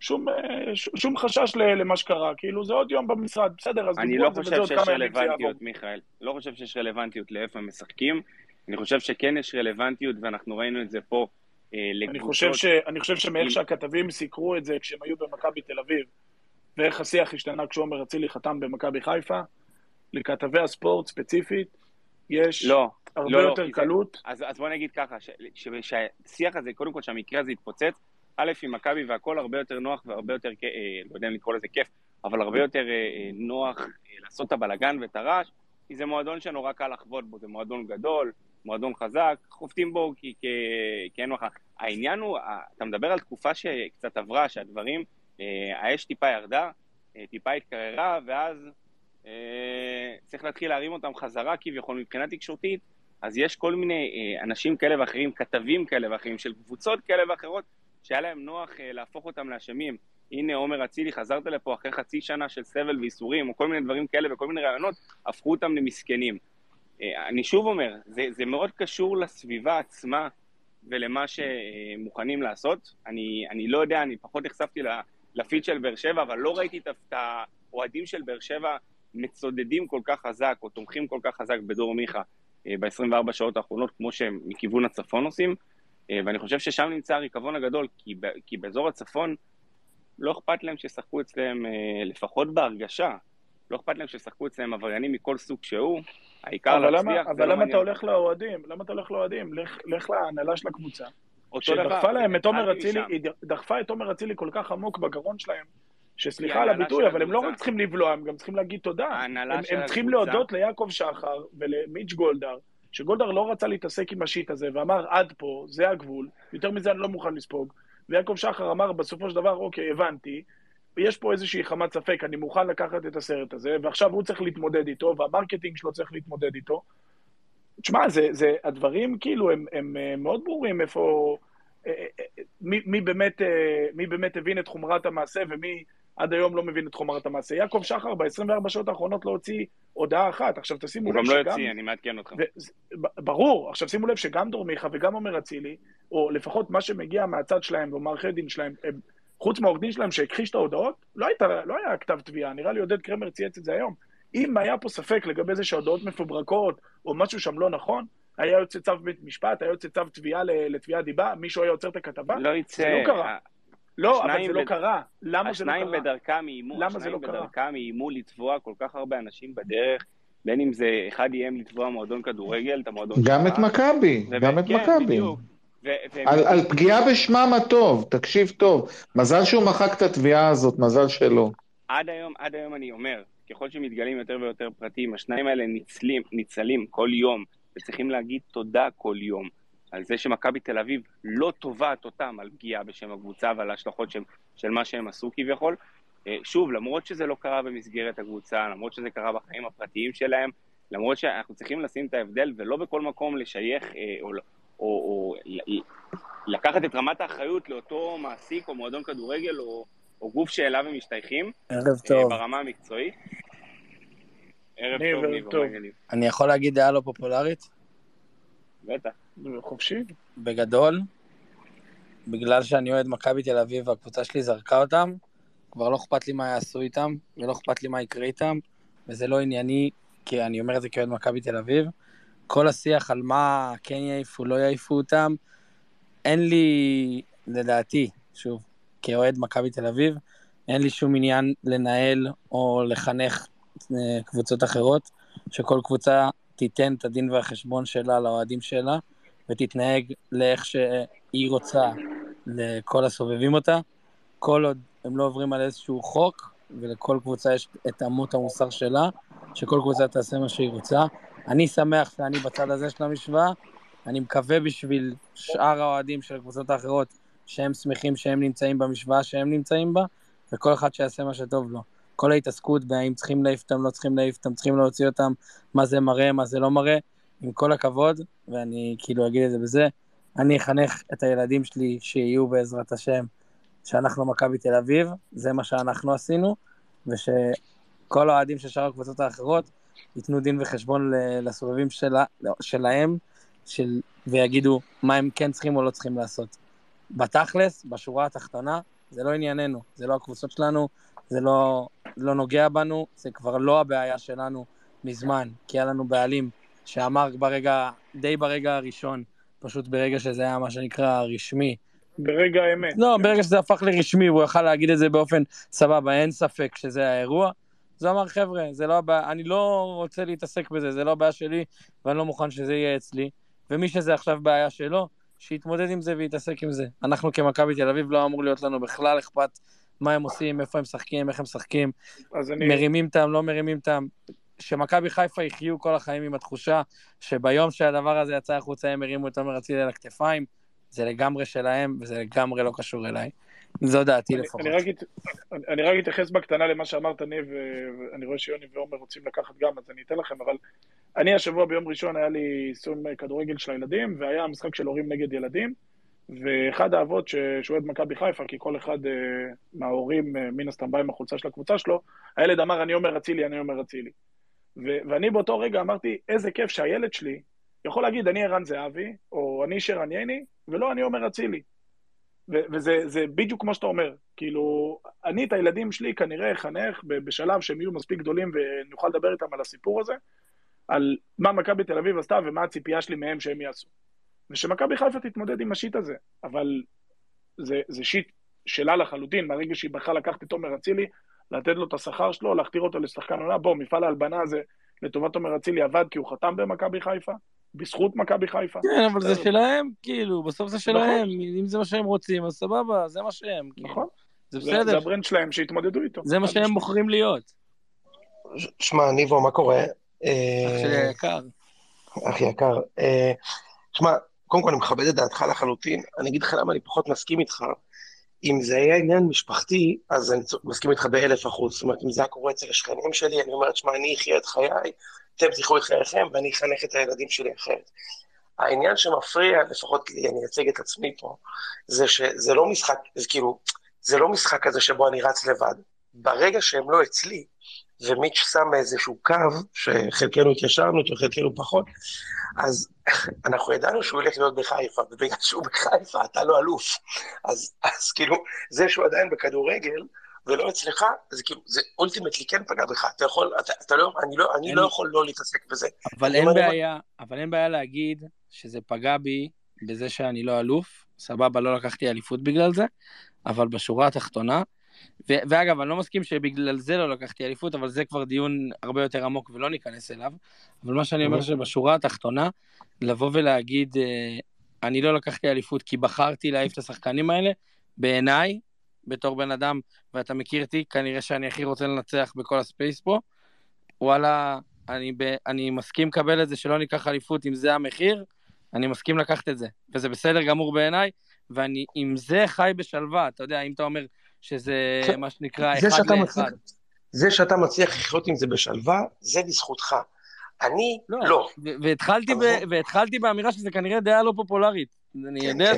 שום חשש למה שקרה, כאילו זה עוד יום במשרד, בסדר, אז
אני לא חושב שיש רלוונטיות, מיכאל, לא חושב שיש רלוונטיות לאיפה הם משחקים, אני חושב שכן יש רלוונטיות, ואנחנו ראינו את זה פה לקבוצות.
אני חושב שמאיך שהכתבים סיקרו את זה כשהם היו במכבי תל אביב, ואיך השיח השתנה כשעומר אצילי חתם במכבי חיפה, לכתבי הספורט ספציפית, יש הרבה יותר קלות.
אז בוא נגיד ככה, שהשיח הזה, קודם כל שהמקרה הזה יתפוצץ, א' עם מכבי והכל הרבה יותר נוח והרבה יותר, לא יודע אם לקרוא לזה כיף, אבל הרבה יותר נוח לעשות את הבלגן ואת הרעש, כי זה מועדון שנורא קל לחוות בו, זה מועדון גדול, מועדון חזק, חופטים בו כי אין נוחה. העניין הוא, אתה מדבר על תקופה שקצת עברה, שהדברים, האש טיפה ירדה, טיפה התקררה, ואז צריך להתחיל להרים אותם חזרה כביכול מבחינה תקשורתית, אז יש כל מיני אנשים כאלה ואחרים, כתבים כאלה ואחרים, של קבוצות כאלה ואחרות, שהיה להם נוח להפוך אותם לאשמים. הנה עומר אצילי, חזרת לפה אחרי חצי שנה של סבל ואיסורים, או כל מיני דברים כאלה וכל מיני רעיונות, הפכו אותם למסכנים. אני שוב אומר, זה מאוד קשור לסביבה עצמה, ולמה שמוכנים לעשות. אני לא יודע, אני פחות נחשפתי לפיד של באר שבע, אבל לא ראיתי את האוהדים של באר שבע מצודדים כל כך חזק, או תומכים כל כך חזק בדור מיכה, ב-24 שעות האחרונות, כמו שהם מכיוון הצפון עושים, ואני חושב ששם נמצא הריקבון הגדול, כי באזור הצפון לא אכפת להם ששחקו אצלם, לפחות בהרגשה, לא אכפת להם ששחקו אצלם עבריינים מכל סוג שהוא, העיקר להצליח.
אבל למה אתה הולך לאוהדים? למה אתה הולך לאוהדים? לך להנהלה של הקבוצה.
שדחפה
להם את עומר אצילי, היא דחפה את עומר אצילי כל כך עמוק בגרון שלהם, שסליחה על הביטוי, אבל הם לא רק צריכים לבלוע, הם גם צריכים להגיד תודה. הם צריכים להודות ליעקב שחר ולמיץ' גולדהר, שגולדהר לא רצה להתעסק עם השיט הזה, ואמר עד פה, זה הגבול, יותר מזה אני לא מוכן לספוג, ויעקב שחר אמר בסופו של דבר, אוקיי, הבנתי, יש פה איזושהי חמת ספק, אני מוכן לקחת את הסרט הזה, ועכשיו הוא צריך להתמודד איתו, והמרקטינג שלו צריך להתמודד איתו. תשמע, הדברים כאילו הם מאוד ברורים איפה, מי באמת הבין את חומרת המעשה, ומי עד היום לא מבין את חומרת המעשה. יעקב שחר ב-24 שעות האחרונות לא הוציא הודעה אחת. עכשיו תשימו לב
שגם... הוא גם לא יוציא, אני מעדכן אותך.
ברור, עכשיו שימו לב שגם דור מיכה וגם עומר אצילי, או לפחות מה שמגיע מהצד שלהם, ומערכי דין שלהם, חוץ מהעורך דין שלהם שהכחיש את ההודעות, לא היה כתב תביעה, נראה לי עודד קרמר צייץ את זה היום. אם היה פה ספק לגבי זה שההודעות מפוברקות, או משהו שם לא נכון, היה יוצא צו בית משפט, היה יוצא צו תביעה לתביעה דיבה, מישהו היה יוצר את הכתבה?
לא יצא.
זה לא קרה. לא, אבל זה לא קרה. למה זה לא קרה?
השניים בדרכם איימו לתבוע כל כך הרבה אנשים בדרך, בין אם זה אחד איים לתבוע מועדון כדורגל, את המועדון
גם את מכבי, גם את מכבי. על פגיעה בשמם הטוב, תקשיב טוב. מזל שהוא מחק את התביעה הזאת, מזל שלא.
עד היום אני אומר, ככל שמתגלים יותר ויותר פרטים, השניים האלה ניצלים כל יום, וצריכים להגיד תודה כל יום. על זה שמכבי תל אביב לא תובעת אותם על פגיעה בשם הקבוצה ועל ההשלכות של מה שהם עשו כביכול. שוב, למרות שזה לא קרה במסגרת הקבוצה, למרות שזה קרה בחיים הפרטיים שלהם, למרות שאנחנו צריכים לשים את ההבדל ולא בכל מקום לשייך או לקחת את רמת האחריות לאותו מעסיק או מועדון כדורגל או גוף שאליו הם משתייכים.
ערב טוב.
ברמה המקצועית. ערב טוב.
אני יכול להגיד דעה לא פופולרית?
בטח.
חופשי.
בגדול, בגלל שאני אוהד מכבי תל אביב והקבוצה שלי זרקה אותם, כבר לא אכפת לי מה יעשו איתם, ולא אכפת לי מה יקרה איתם, וזה לא ענייני, כי אני אומר את זה כאוהד מכבי תל אביב. כל השיח על מה כן יעיפו, לא יעיפו אותם, אין לי, לדעתי, שוב, כאוהד מכבי תל אביב, אין לי שום עניין לנהל או לחנך קבוצות אחרות, שכל קבוצה תיתן את הדין והחשבון שלה לאוהדים שלה, ותתנהג לאיך שהיא רוצה לכל הסובבים אותה, כל עוד הם לא עוברים על איזשהו חוק, ולכל קבוצה יש את אמות המוסר שלה, שכל קבוצה תעשה מה שהיא רוצה. אני שמח שאני בצד הזה של המשוואה, אני מקווה בשביל שאר האוהדים של הקבוצות האחרות, שהם שמחים שהם נמצאים במשוואה שהם נמצאים בה, וכל אחד שיעשה מה שטוב לו. כל ההתעסקות בהאם צריכים להעיף אותם, לא צריכים להעיף אותם, צריכים להוציא אותם, מה זה מראה, מה זה לא מראה, עם כל הכבוד, ואני כאילו אגיד את זה בזה, אני אחנך את הילדים שלי שיהיו בעזרת השם, שאנחנו מכבי תל אביב, זה מה שאנחנו עשינו, ושכל האוהדים של שאר הקבוצות האחרות ייתנו דין וחשבון לסובבים שלהם, ויגידו מה הם כן צריכים או לא צריכים לעשות. בתכלס, בשורה התחתונה, זה לא ענייננו, זה לא הקבוצות שלנו, זה לא נוגע בנו, זה כבר לא הבעיה שלנו מזמן, כי היה לנו בעלים שאמר די ברגע הראשון, פשוט ברגע שזה היה מה שנקרא רשמי.
ברגע האמת.
לא, ברגע שזה הפך לרשמי, הוא יכל להגיד את זה באופן סבבה, אין ספק שזה האירוע. זה אמר, חבר'ה, זה לא הבעיה, אני לא רוצה להתעסק בזה, זה לא הבעיה שלי, ואני לא מוכן שזה יהיה אצלי. ומי שזה עכשיו בעיה שלו, שיתמודד עם זה ויתעסק עם זה. אנחנו כמכבי תל אביב לא אמור להיות לנו בכלל אכפת מה הם עושים, איפה הם משחקים, איך הם משחקים, מרימים טעם, לא מרימים טעם. שמכבי חיפה יחיו כל החיים עם התחושה שביום שהדבר הזה יצא החוצה הם הרימו את עומר אצילי על הכתפיים, זה לגמרי שלהם וזה לגמרי לא קשור אליי. זו דעתי לפחות.
אני רק אתייחס בקטנה למה שאמרת ניב, ואני רואה שיוני ועומר רוצים לקחת גם, אז אני אתן לכם, אבל אני השבוע ביום ראשון היה לי סיום כדורגל של הילדים, והיה המשחק של הורים נגד ילדים, ואחד האבות ששועד מכבי חיפה, כי כל אחד מההורים מן הסתם בא עם החולצה של הקבוצה שלו, הילד אמר אני אומר אצילי, אני אומר אצילי. ואני באותו רגע אמרתי, איזה כיף שהילד שלי יכול להגיד, אני ערן זהבי, או אני שרן ייני, ולא אני אומר אצילי. וזה בדיוק כמו שאתה אומר, כאילו, אני את הילדים שלי כנראה אחנך בשלב שהם יהיו מספיק גדולים, ונוכל לדבר איתם על הסיפור הזה, על מה מכבי תל אביב עשתה, ומה הציפייה שלי מהם שהם יעשו. ושמכבי חיפה תתמודד עם השיט הזה, אבל זה שיט שלה לחלוטין, מהרגע שהיא בחרה לקחת את עומר אצילי, לתת לו את השכר שלו, להכתיר אותו לשחקן עונה, בוא, מפעל ההלבנה הזה לטובת עומר אצילי עבד כי הוא חתם במכבי חיפה, בזכות מכבי חיפה.
כן, אבל זה שלהם, כאילו, בסוף זה שלהם, אם זה מה שהם רוצים, אז סבבה, זה מה שהם.
נכון.
זה בסדר.
זה הברנד שלהם שהתמודדו איתו.
זה מה שהם בוחרים להיות.
שמע, ניבו, מה קורה?
אח שלי היקר.
אחי יקר. שמע, קודם כל אני מכבד את דעתך לחלוטין, אני אגיד לך למה אני פחות מסכים איתך, אם זה היה עניין משפחתי, אז אני מסכים איתך ב1,000%, זאת אומרת, אם זה היה קורה אצל השכנים שלי, אני אומרת, שמע, אני אחיה את חיי, אתם תחו את חייכם, ואני אחנך את הילדים שלי אחרת. העניין שמפריע, לפחות לי, אני אציג את עצמי פה, זה שזה לא משחק, זה כאילו, זה לא משחק כזה שבו אני רץ לבד. ברגע שהם לא אצלי, ומיץ' שם איזשהו קו, שחלקנו התיישרנו, חלקנו פחות, אז אנחנו ידענו שהוא ילך להיות בחיפה, ובגלל שהוא בחיפה, אתה לא אלוף. אז כאילו, זה שהוא עדיין בכדורגל, ולא אצלך, זה כאילו, זה אולטימטלי כן פגע בך. אתה יכול, אני לא יכול לא להתעסק בזה.
אבל אין בעיה להגיד שזה פגע בי, בזה שאני לא אלוף, סבבה, לא לקחתי אליפות בגלל זה, אבל בשורה התחתונה, ואגב, אני לא מסכים שבגלל זה לא לקחתי אליפות, אבל זה כבר דיון הרבה יותר עמוק ולא ניכנס אליו, אבל מה שאני אומר שבשורה התחתונה, לבוא ולהגיד, אני לא לקחתי אליפות כי בחרתי להעיף את השחקנים האלה, בעיניי, בתור בן אדם, ואתה מכיר אותי, כנראה שאני הכי רוצה לנצח בכל הספייס פה, וואלה, אני מסכים לקבל את זה שלא ניקח אליפות אם זה המחיר, אני מסכים לקחת את זה, וזה בסדר גמור בעיניי, ואני עם זה חי בשלווה, אתה יודע, אם אתה אומר שזה מה שנקרא אחד לאחד.
זה שאתה מצליח לחיות עם זה בשלווה, זה בזכותך. אני לא.
והתחלתי באמירה שזה כנראה דעה לא פופולרית. אני יודע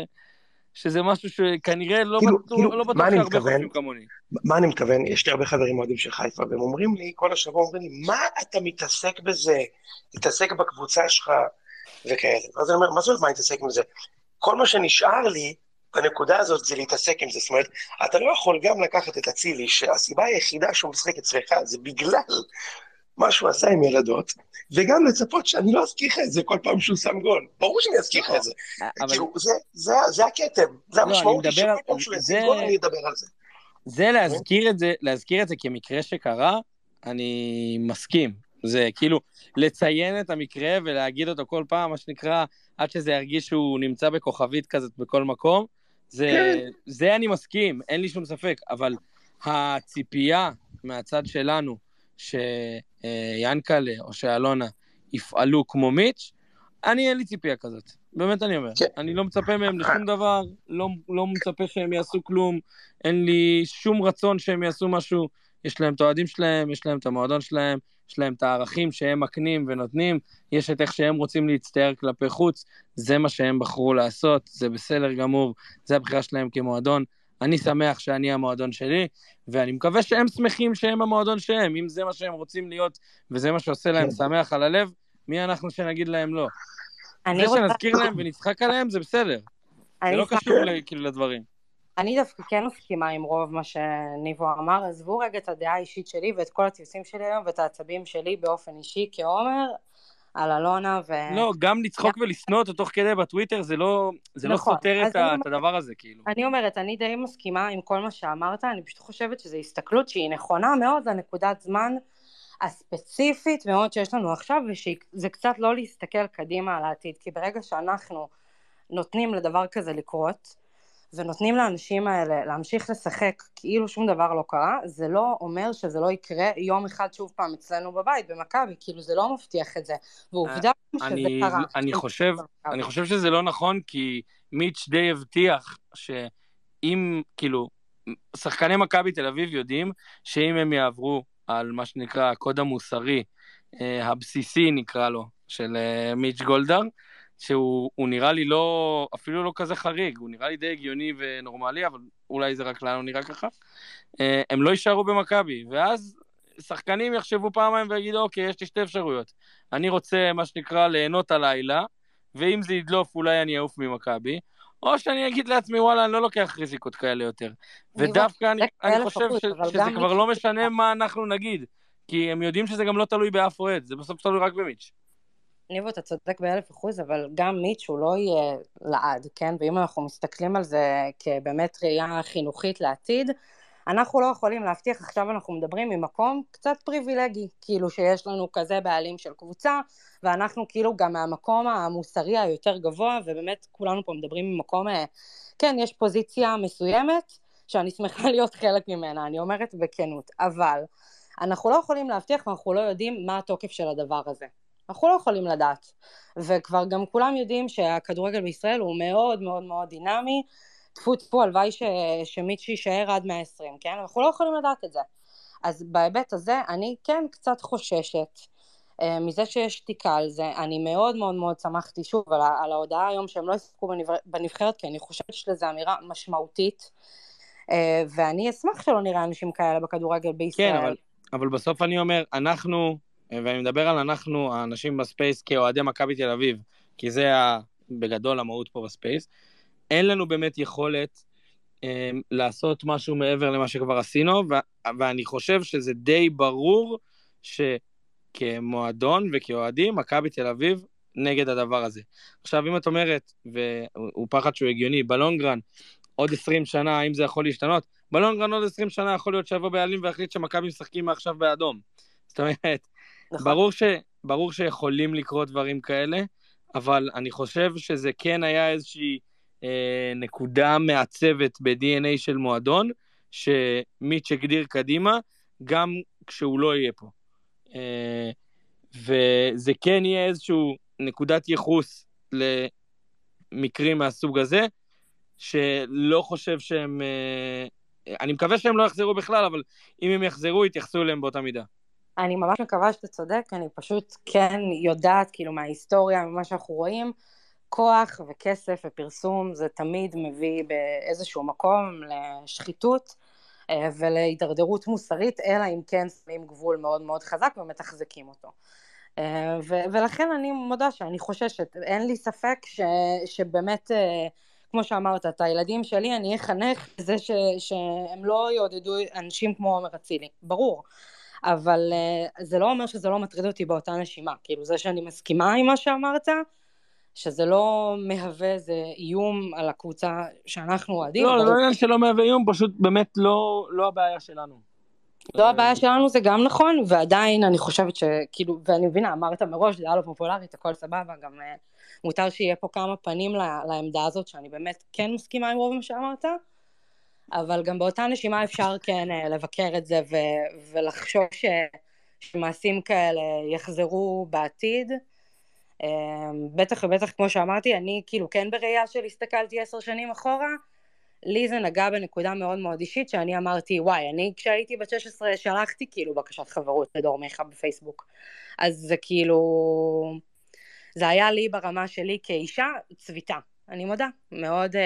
שזה משהו שכנראה לא בטוח שהרבה חושבים כמוני.
מה אני מתכוון? יש לי הרבה חברים אוהדים של חיפה, והם אומרים לי, כל השבוע אומרים לי, מה אתה מתעסק בזה? תתעסק בקבוצה שלך וכאלה. אז אני אומר, מה זאת אומרת מה להתעסק עם זה? כל מה שנשאר לי בנקודה הזאת זה להתעסק עם זה. זאת אומרת, אתה לא יכול גם לקחת את אצילי, שהסיבה היחידה שהוא משחק אצלך זה בגלל מה שהוא עשה עם ילדות, וגם לצפות שאני לא אזכיר לך את זה כל פעם שהוא שם גול. ברור שאני אזכיר לך את זה. כאילו, זה הכתם, זה המשמעות שכל פעם שהוא ישים גול אני אדבר על זה.
זה להזכיר את זה כמקרה שקרה, אני מסכים. זה כאילו לציין את המקרה ולהגיד אותו כל פעם, מה שנקרא, עד שזה ירגיש שהוא נמצא בכוכבית כזאת בכל מקום, זה אני מסכים, אין לי שום ספק, אבל הציפייה מהצד שלנו, שיאנקלה או שאלונה יפעלו כמו מיץ', אין לי ציפייה כזאת, באמת אני אומר, אני לא מצפה מהם לשום דבר, לא מצפה שהם יעשו כלום, אין לי שום רצון שהם יעשו משהו, יש להם את האוהדים שלהם, יש להם את המועדון שלהם, יש להם את הערכים שהם מקנים ונותנים, יש את איך שהם רוצים להצטער כלפי חוץ, זה מה שהם בחרו לעשות, זה בסדר גמור, זה הבחירה שלהם כמועדון, אני שמח שאני המועדון שלי, ואני מקווה שהם שמחים שהם המועדון שהם, אם זה מה שהם רוצים להיות, וזה מה שעושה להם שמח על הלב, מי אנחנו שנגיד להם לא? זה שנזכיר להם ונצחק עליהם, זה בסדר. זה לא קשור כאילו לדברים.
אני דווקא כן מסכימה עם רוב מה שניבו אמר, עזבו רגע את הדעה האישית שלי ואת כל הטיוסים שלי היום ואת העצבים שלי באופן אישי כעומר, על אלונה
לא, גם לצחוק ולסנוע אותו תוך כדי בטוויטר, זה לא סותר את הדבר הזה, כאילו.
אני אומרת, אני די מסכימה עם כל מה שאמרת, אני פשוט חושבת שזו הסתכלות שהיא נכונה מאוד לנקודת זמן הספציפית מאוד שיש לנו עכשיו, ושזה קצת לא להסתכל קדימה על העתיד, כי ברגע שאנחנו נותנים לדבר כזה לקרות, ונותנים לאנשים האלה להמשיך לשחק כאילו שום דבר לא קרה, זה לא אומר שזה לא יקרה יום אחד שוב פעם אצלנו בבית, במכבי, כאילו זה לא מבטיח את זה, ועובדה שזה קרה.
אני חושב שזה לא נכון, כי מיץ' די הבטיח שאם, כאילו, שחקני מכבי תל אביב יודעים, שאם הם יעברו על מה שנקרא הקוד המוסרי, הבסיסי נקרא לו, של מיץ' גולדהר, שהוא נראה לי לא, אפילו לא כזה חריג, הוא נראה לי די הגיוני ונורמלי, אבל אולי זה רק לנו נראה ככה, הם לא יישארו במכבי, ואז שחקנים יחשבו פעמיים ויגידו, אוקיי, יש לי שתי אפשרויות, אני רוצה מה שנקרא ליהנות הלילה, ואם זה ידלוף אולי אני אעוף ממכבי, או שאני אגיד לעצמי, וואלה, אני לא לוקח ריזיקות כאלה יותר, ודווקא אני חושב שזה כבר לא משנה מה אנחנו נגיד, כי הם יודעים שזה גם לא תלוי באף אוהד, זה בסוף תלוי רק במיץ'.
ניבו, אתה צודק ב1,000%, אבל גם מיץ' הוא לא יהיה לעד, כן? ואם אנחנו מסתכלים על זה כבאמת ראייה חינוכית לעתיד, אנחנו לא יכולים להבטיח, עכשיו אנחנו מדברים ממקום קצת פריבילגי, כאילו שיש לנו כזה בעלים של קבוצה, ואנחנו כאילו גם מהמקום המוסרי היותר גבוה, ובאמת כולנו פה מדברים ממקום, כן, יש פוזיציה מסוימת, שאני שמחה להיות חלק ממנה, אני אומרת בכנות, אבל אנחנו לא יכולים להבטיח, ואנחנו לא יודעים מה התוקף של הדבר הזה. אנחנו לא יכולים לדעת, וכבר גם כולם יודעים שהכדורגל בישראל הוא מאוד מאוד מאוד דינמי, טפו הלוואי שמיץ' יישאר עד 120, כן? אנחנו לא יכולים לדעת את זה. אז בהיבט הזה אני כן קצת חוששת מזה שיש שתיקה על זה, אני מאוד מאוד מאוד שמחתי שוב על ההודעה היום שהם לא ישחקו בנבחרת, כי אני חושבת שלזה אמירה משמעותית, ואני אשמח שלא נראה אנשים כאלה בכדורגל בישראל.
כן, אבל בסוף אני אומר, אנחנו... ואני מדבר על אנחנו, האנשים בספייס, כאוהדי מכבי תל אביב, כי זה בגדול המהות פה בספייס, אין לנו באמת יכולת לעשות משהו מעבר למה שכבר עשינו, ואני חושב שזה די ברור שכמועדון וכאוהדים, מכבי תל אביב נגד הדבר הזה. עכשיו, אם את אומרת, והוא פחד שהוא הגיוני, בלונגרן, עוד 20 שנה, האם זה יכול להשתנות? בלונגרן עוד 20 שנה יכול להיות שיבוא בעלים והחליט שמכבי משחקים מעכשיו באדום. זאת אומרת, ברור שיכולים לקרות דברים כאלה, אבל אני חושב שזה כן היה איזושהי נקודה מעצבת ב-DNA של מועדון, שמיץ' הגדיר קדימה, גם כשהוא לא יהיה פה. וזה כן יהיה איזשהו נקודת ייחוס למקרים מהסוג הזה, שלא חושב שהם... אני מקווה שהם לא יחזרו בכלל, אבל אם הם יחזרו, יתייחסו אליהם באותה מידה.
אני ממש מקווה שאתה צודק, אני פשוט כן יודעת, כאילו מההיסטוריה, ממה שאנחנו רואים, כוח וכסף ופרסום, זה תמיד מביא באיזשהו מקום לשחיתות ולהידרדרות מוסרית, אלא אם כן שמים גבול מאוד מאוד חזק ומתחזקים אותו. ולכן אני מודה שאני חוששת, אין לי ספק שבאמת, כמו שאמרת, את הילדים שלי, אני אחנך לזה שהם לא יעודדו אנשים כמו עומר אצילי, ברור. אבל זה לא אומר שזה לא מטריד אותי באותה נשימה, כאילו זה שאני מסכימה עם מה שאמרת, שזה לא מהווה איזה איום על הקבוצה שאנחנו אוהדים.
לא, לא עניין שלא מהווה איום, פשוט באמת לא הבעיה שלנו.
לא הבעיה שלנו, זה גם נכון, ועדיין אני חושבת שכאילו, ואני מבינה, אמרת מראש, זה היה לא פופולרית, הכל סבבה, גם מותר שיהיה פה כמה פנים לעמדה הזאת, שאני באמת כן מסכימה עם רוב מה שאמרת, אבל גם באותה נשימה אפשר כן לבקר את זה ולחשוב שמעשים כאלה יחזרו בעתיד. בטח ובטח כמו שאמרתי, אני כאילו כן בראייה של הסתכלתי 10 שנים אחורה, לי זה נגע בנקודה מאוד מאוד אישית, שאני אמרתי, וואי, אני כשהייתי בת 16 שלחתי כאילו בקשת חברות לדור מיכה בפייסבוק. אז זה כאילו, זה היה לי ברמה שלי כאישה צביטה. אני מודה, מאוד...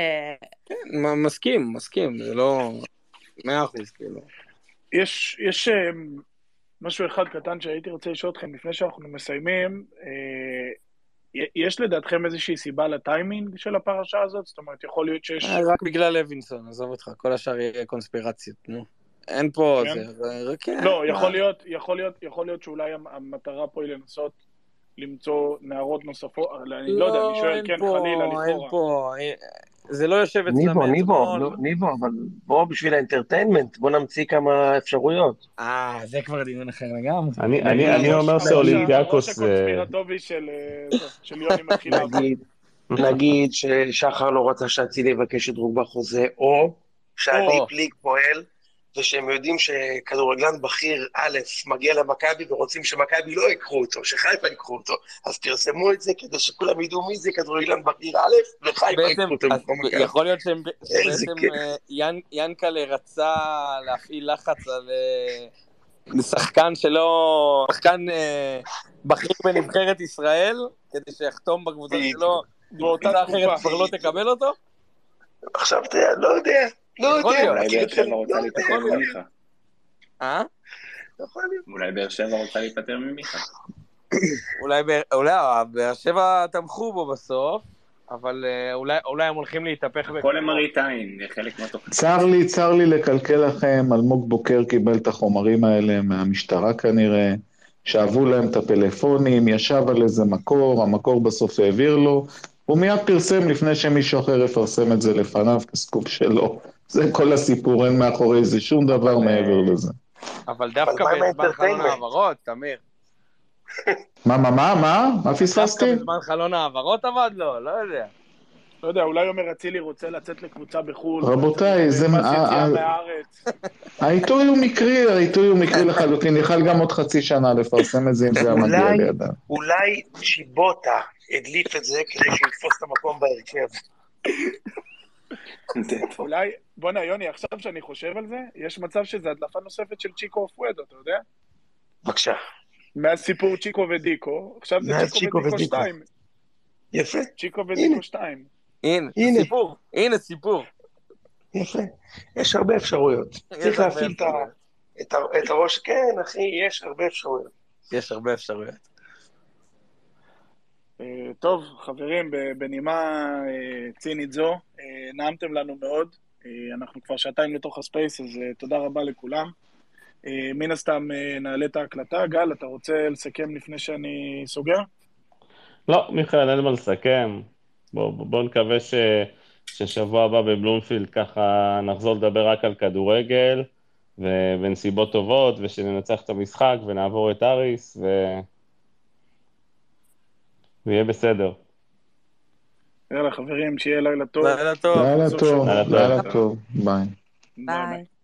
מסכים, זה לא 100% כאילו.
יש משהו אחד קטן שהייתי רוצה לשאול אתכם לפני שאנחנו מסיימים, יש לדעתכם איזושהי סיבה לטיימינג של הפרשה הזאת? זאת אומרת, יכול להיות שיש...
רק בגלל לוינסון, עזוב אותך, כל השאר יהיה קונספירציות, נו. אין פה זה, כן.
לא, יכול להיות שאולי המטרה פה היא לנסות למצוא נערות נוספות, אני לא יודע, אני שואל, כן, חלילה, לכאורה.
אין פה, זה לא יושב אצלם.
ניבו, אבל בוא בשביל האנטרטיינמנט, בוא נמציא כמה אפשרויות.
זה כבר דיון אחר לגמרי.
אני אומר שאולימפיאקוס...
ראש הקונספירטובי של יוני מתחילה.
נגיד ששחר לא רצה שאצילי יבקש את דרוגבה חוזה, או שהליפ ליג פועל, ושהם יודעים שכדורגלן בכיר א' מגיע למכבי ורוצים שמכבי לא יקחו אותו, שחיפה יקחו אותו, אז פרסמו את זה כדי שכולם ידעו מי זה כדורגלן בכיר א' וחיפה יקחו אותו.
יכול להיות שבעצם ינקלה רצה להפעיל לחץ על שחקן שלא, שחקן בכיר בנבחרת ישראל, כדי שיחתום בקבוצה שלו, קבוצה אחרת כבר לא תקבל אותו?
עכשיו לא יודע.
אולי באר שבע רוצה להיפטר ממיכה. אולי באר שבע רוצה להיפטר ממיכה.
אולי באר שבע תמכו בו בסוף, אבל אולי הם הולכים להתהפך.
כל למראית עין, חלק מהתוכנית.
צר לי לקלקל לכם, אלמוג בוקר קיבל את החומרים האלה מהמשטרה כנראה, שאבו להם את הפלאפונים, ישב על איזה מקור, המקור בסוף העביר לו, הוא מיד פרסם לפני שמישהו אחר יפרסם את זה לפניו כסקופ שלו. זה כל הסיפור, אין מאחורי זה שום דבר מעבר לזה.
אבל דווקא בזמן חלון העברות, תמיר.
מה פספסתי?
דווקא בזמן חלון העברות עבד לו, לא יודע.
לא יודע, אולי אומר אצילי רוצה לצאת לקבוצה בחו"ל.
רבותיי, זה... העיתוי הוא מקרי לחלוטין, יכל גם עוד חצי שנה לפרסם את זה אם זה המגיע לידה.
אולי שיבוטה הדליף את זה כדי שיתפוס את המקום בהרכב.
אולי, בוא יוני, עכשיו שאני חושב על זה, יש מצב שזה הדלפה נוספת של צ'יקו אופואדו, אתה יודע?
בבקשה.
מהסיפור צ'יקו ודיקו, עכשיו זה צ'יקו ודיקו 2.
יפה.
צ'יקו ודיקו 2.
הנה סיפור.
יפה. יש הרבה אפשרויות. צריך להפעיל את הראש, כן אחי, יש הרבה אפשרויות.
טוב, חברים, בנימה צינית זו, נעמתם לנו מאוד, אנחנו כבר שעתיים לתוך הספייס, אז תודה רבה לכולם. מן הסתם נעלה את ההקלטה. גל, אתה רוצה לסכם לפני שאני סוגר?
לא, מיכאל, אין מה לסכם. בוא נקווה ששבוע הבא בבלומפילד ככה נחזור לדבר רק על כדורגל, ובנסיבות טובות, ושננצח את המשחק, ונעבור את אריס, ויהיה בסדר.
יאללה חברים, שיהיה לילה טוב.
לילה טוב.
לילה טוב. ביי.
ביי.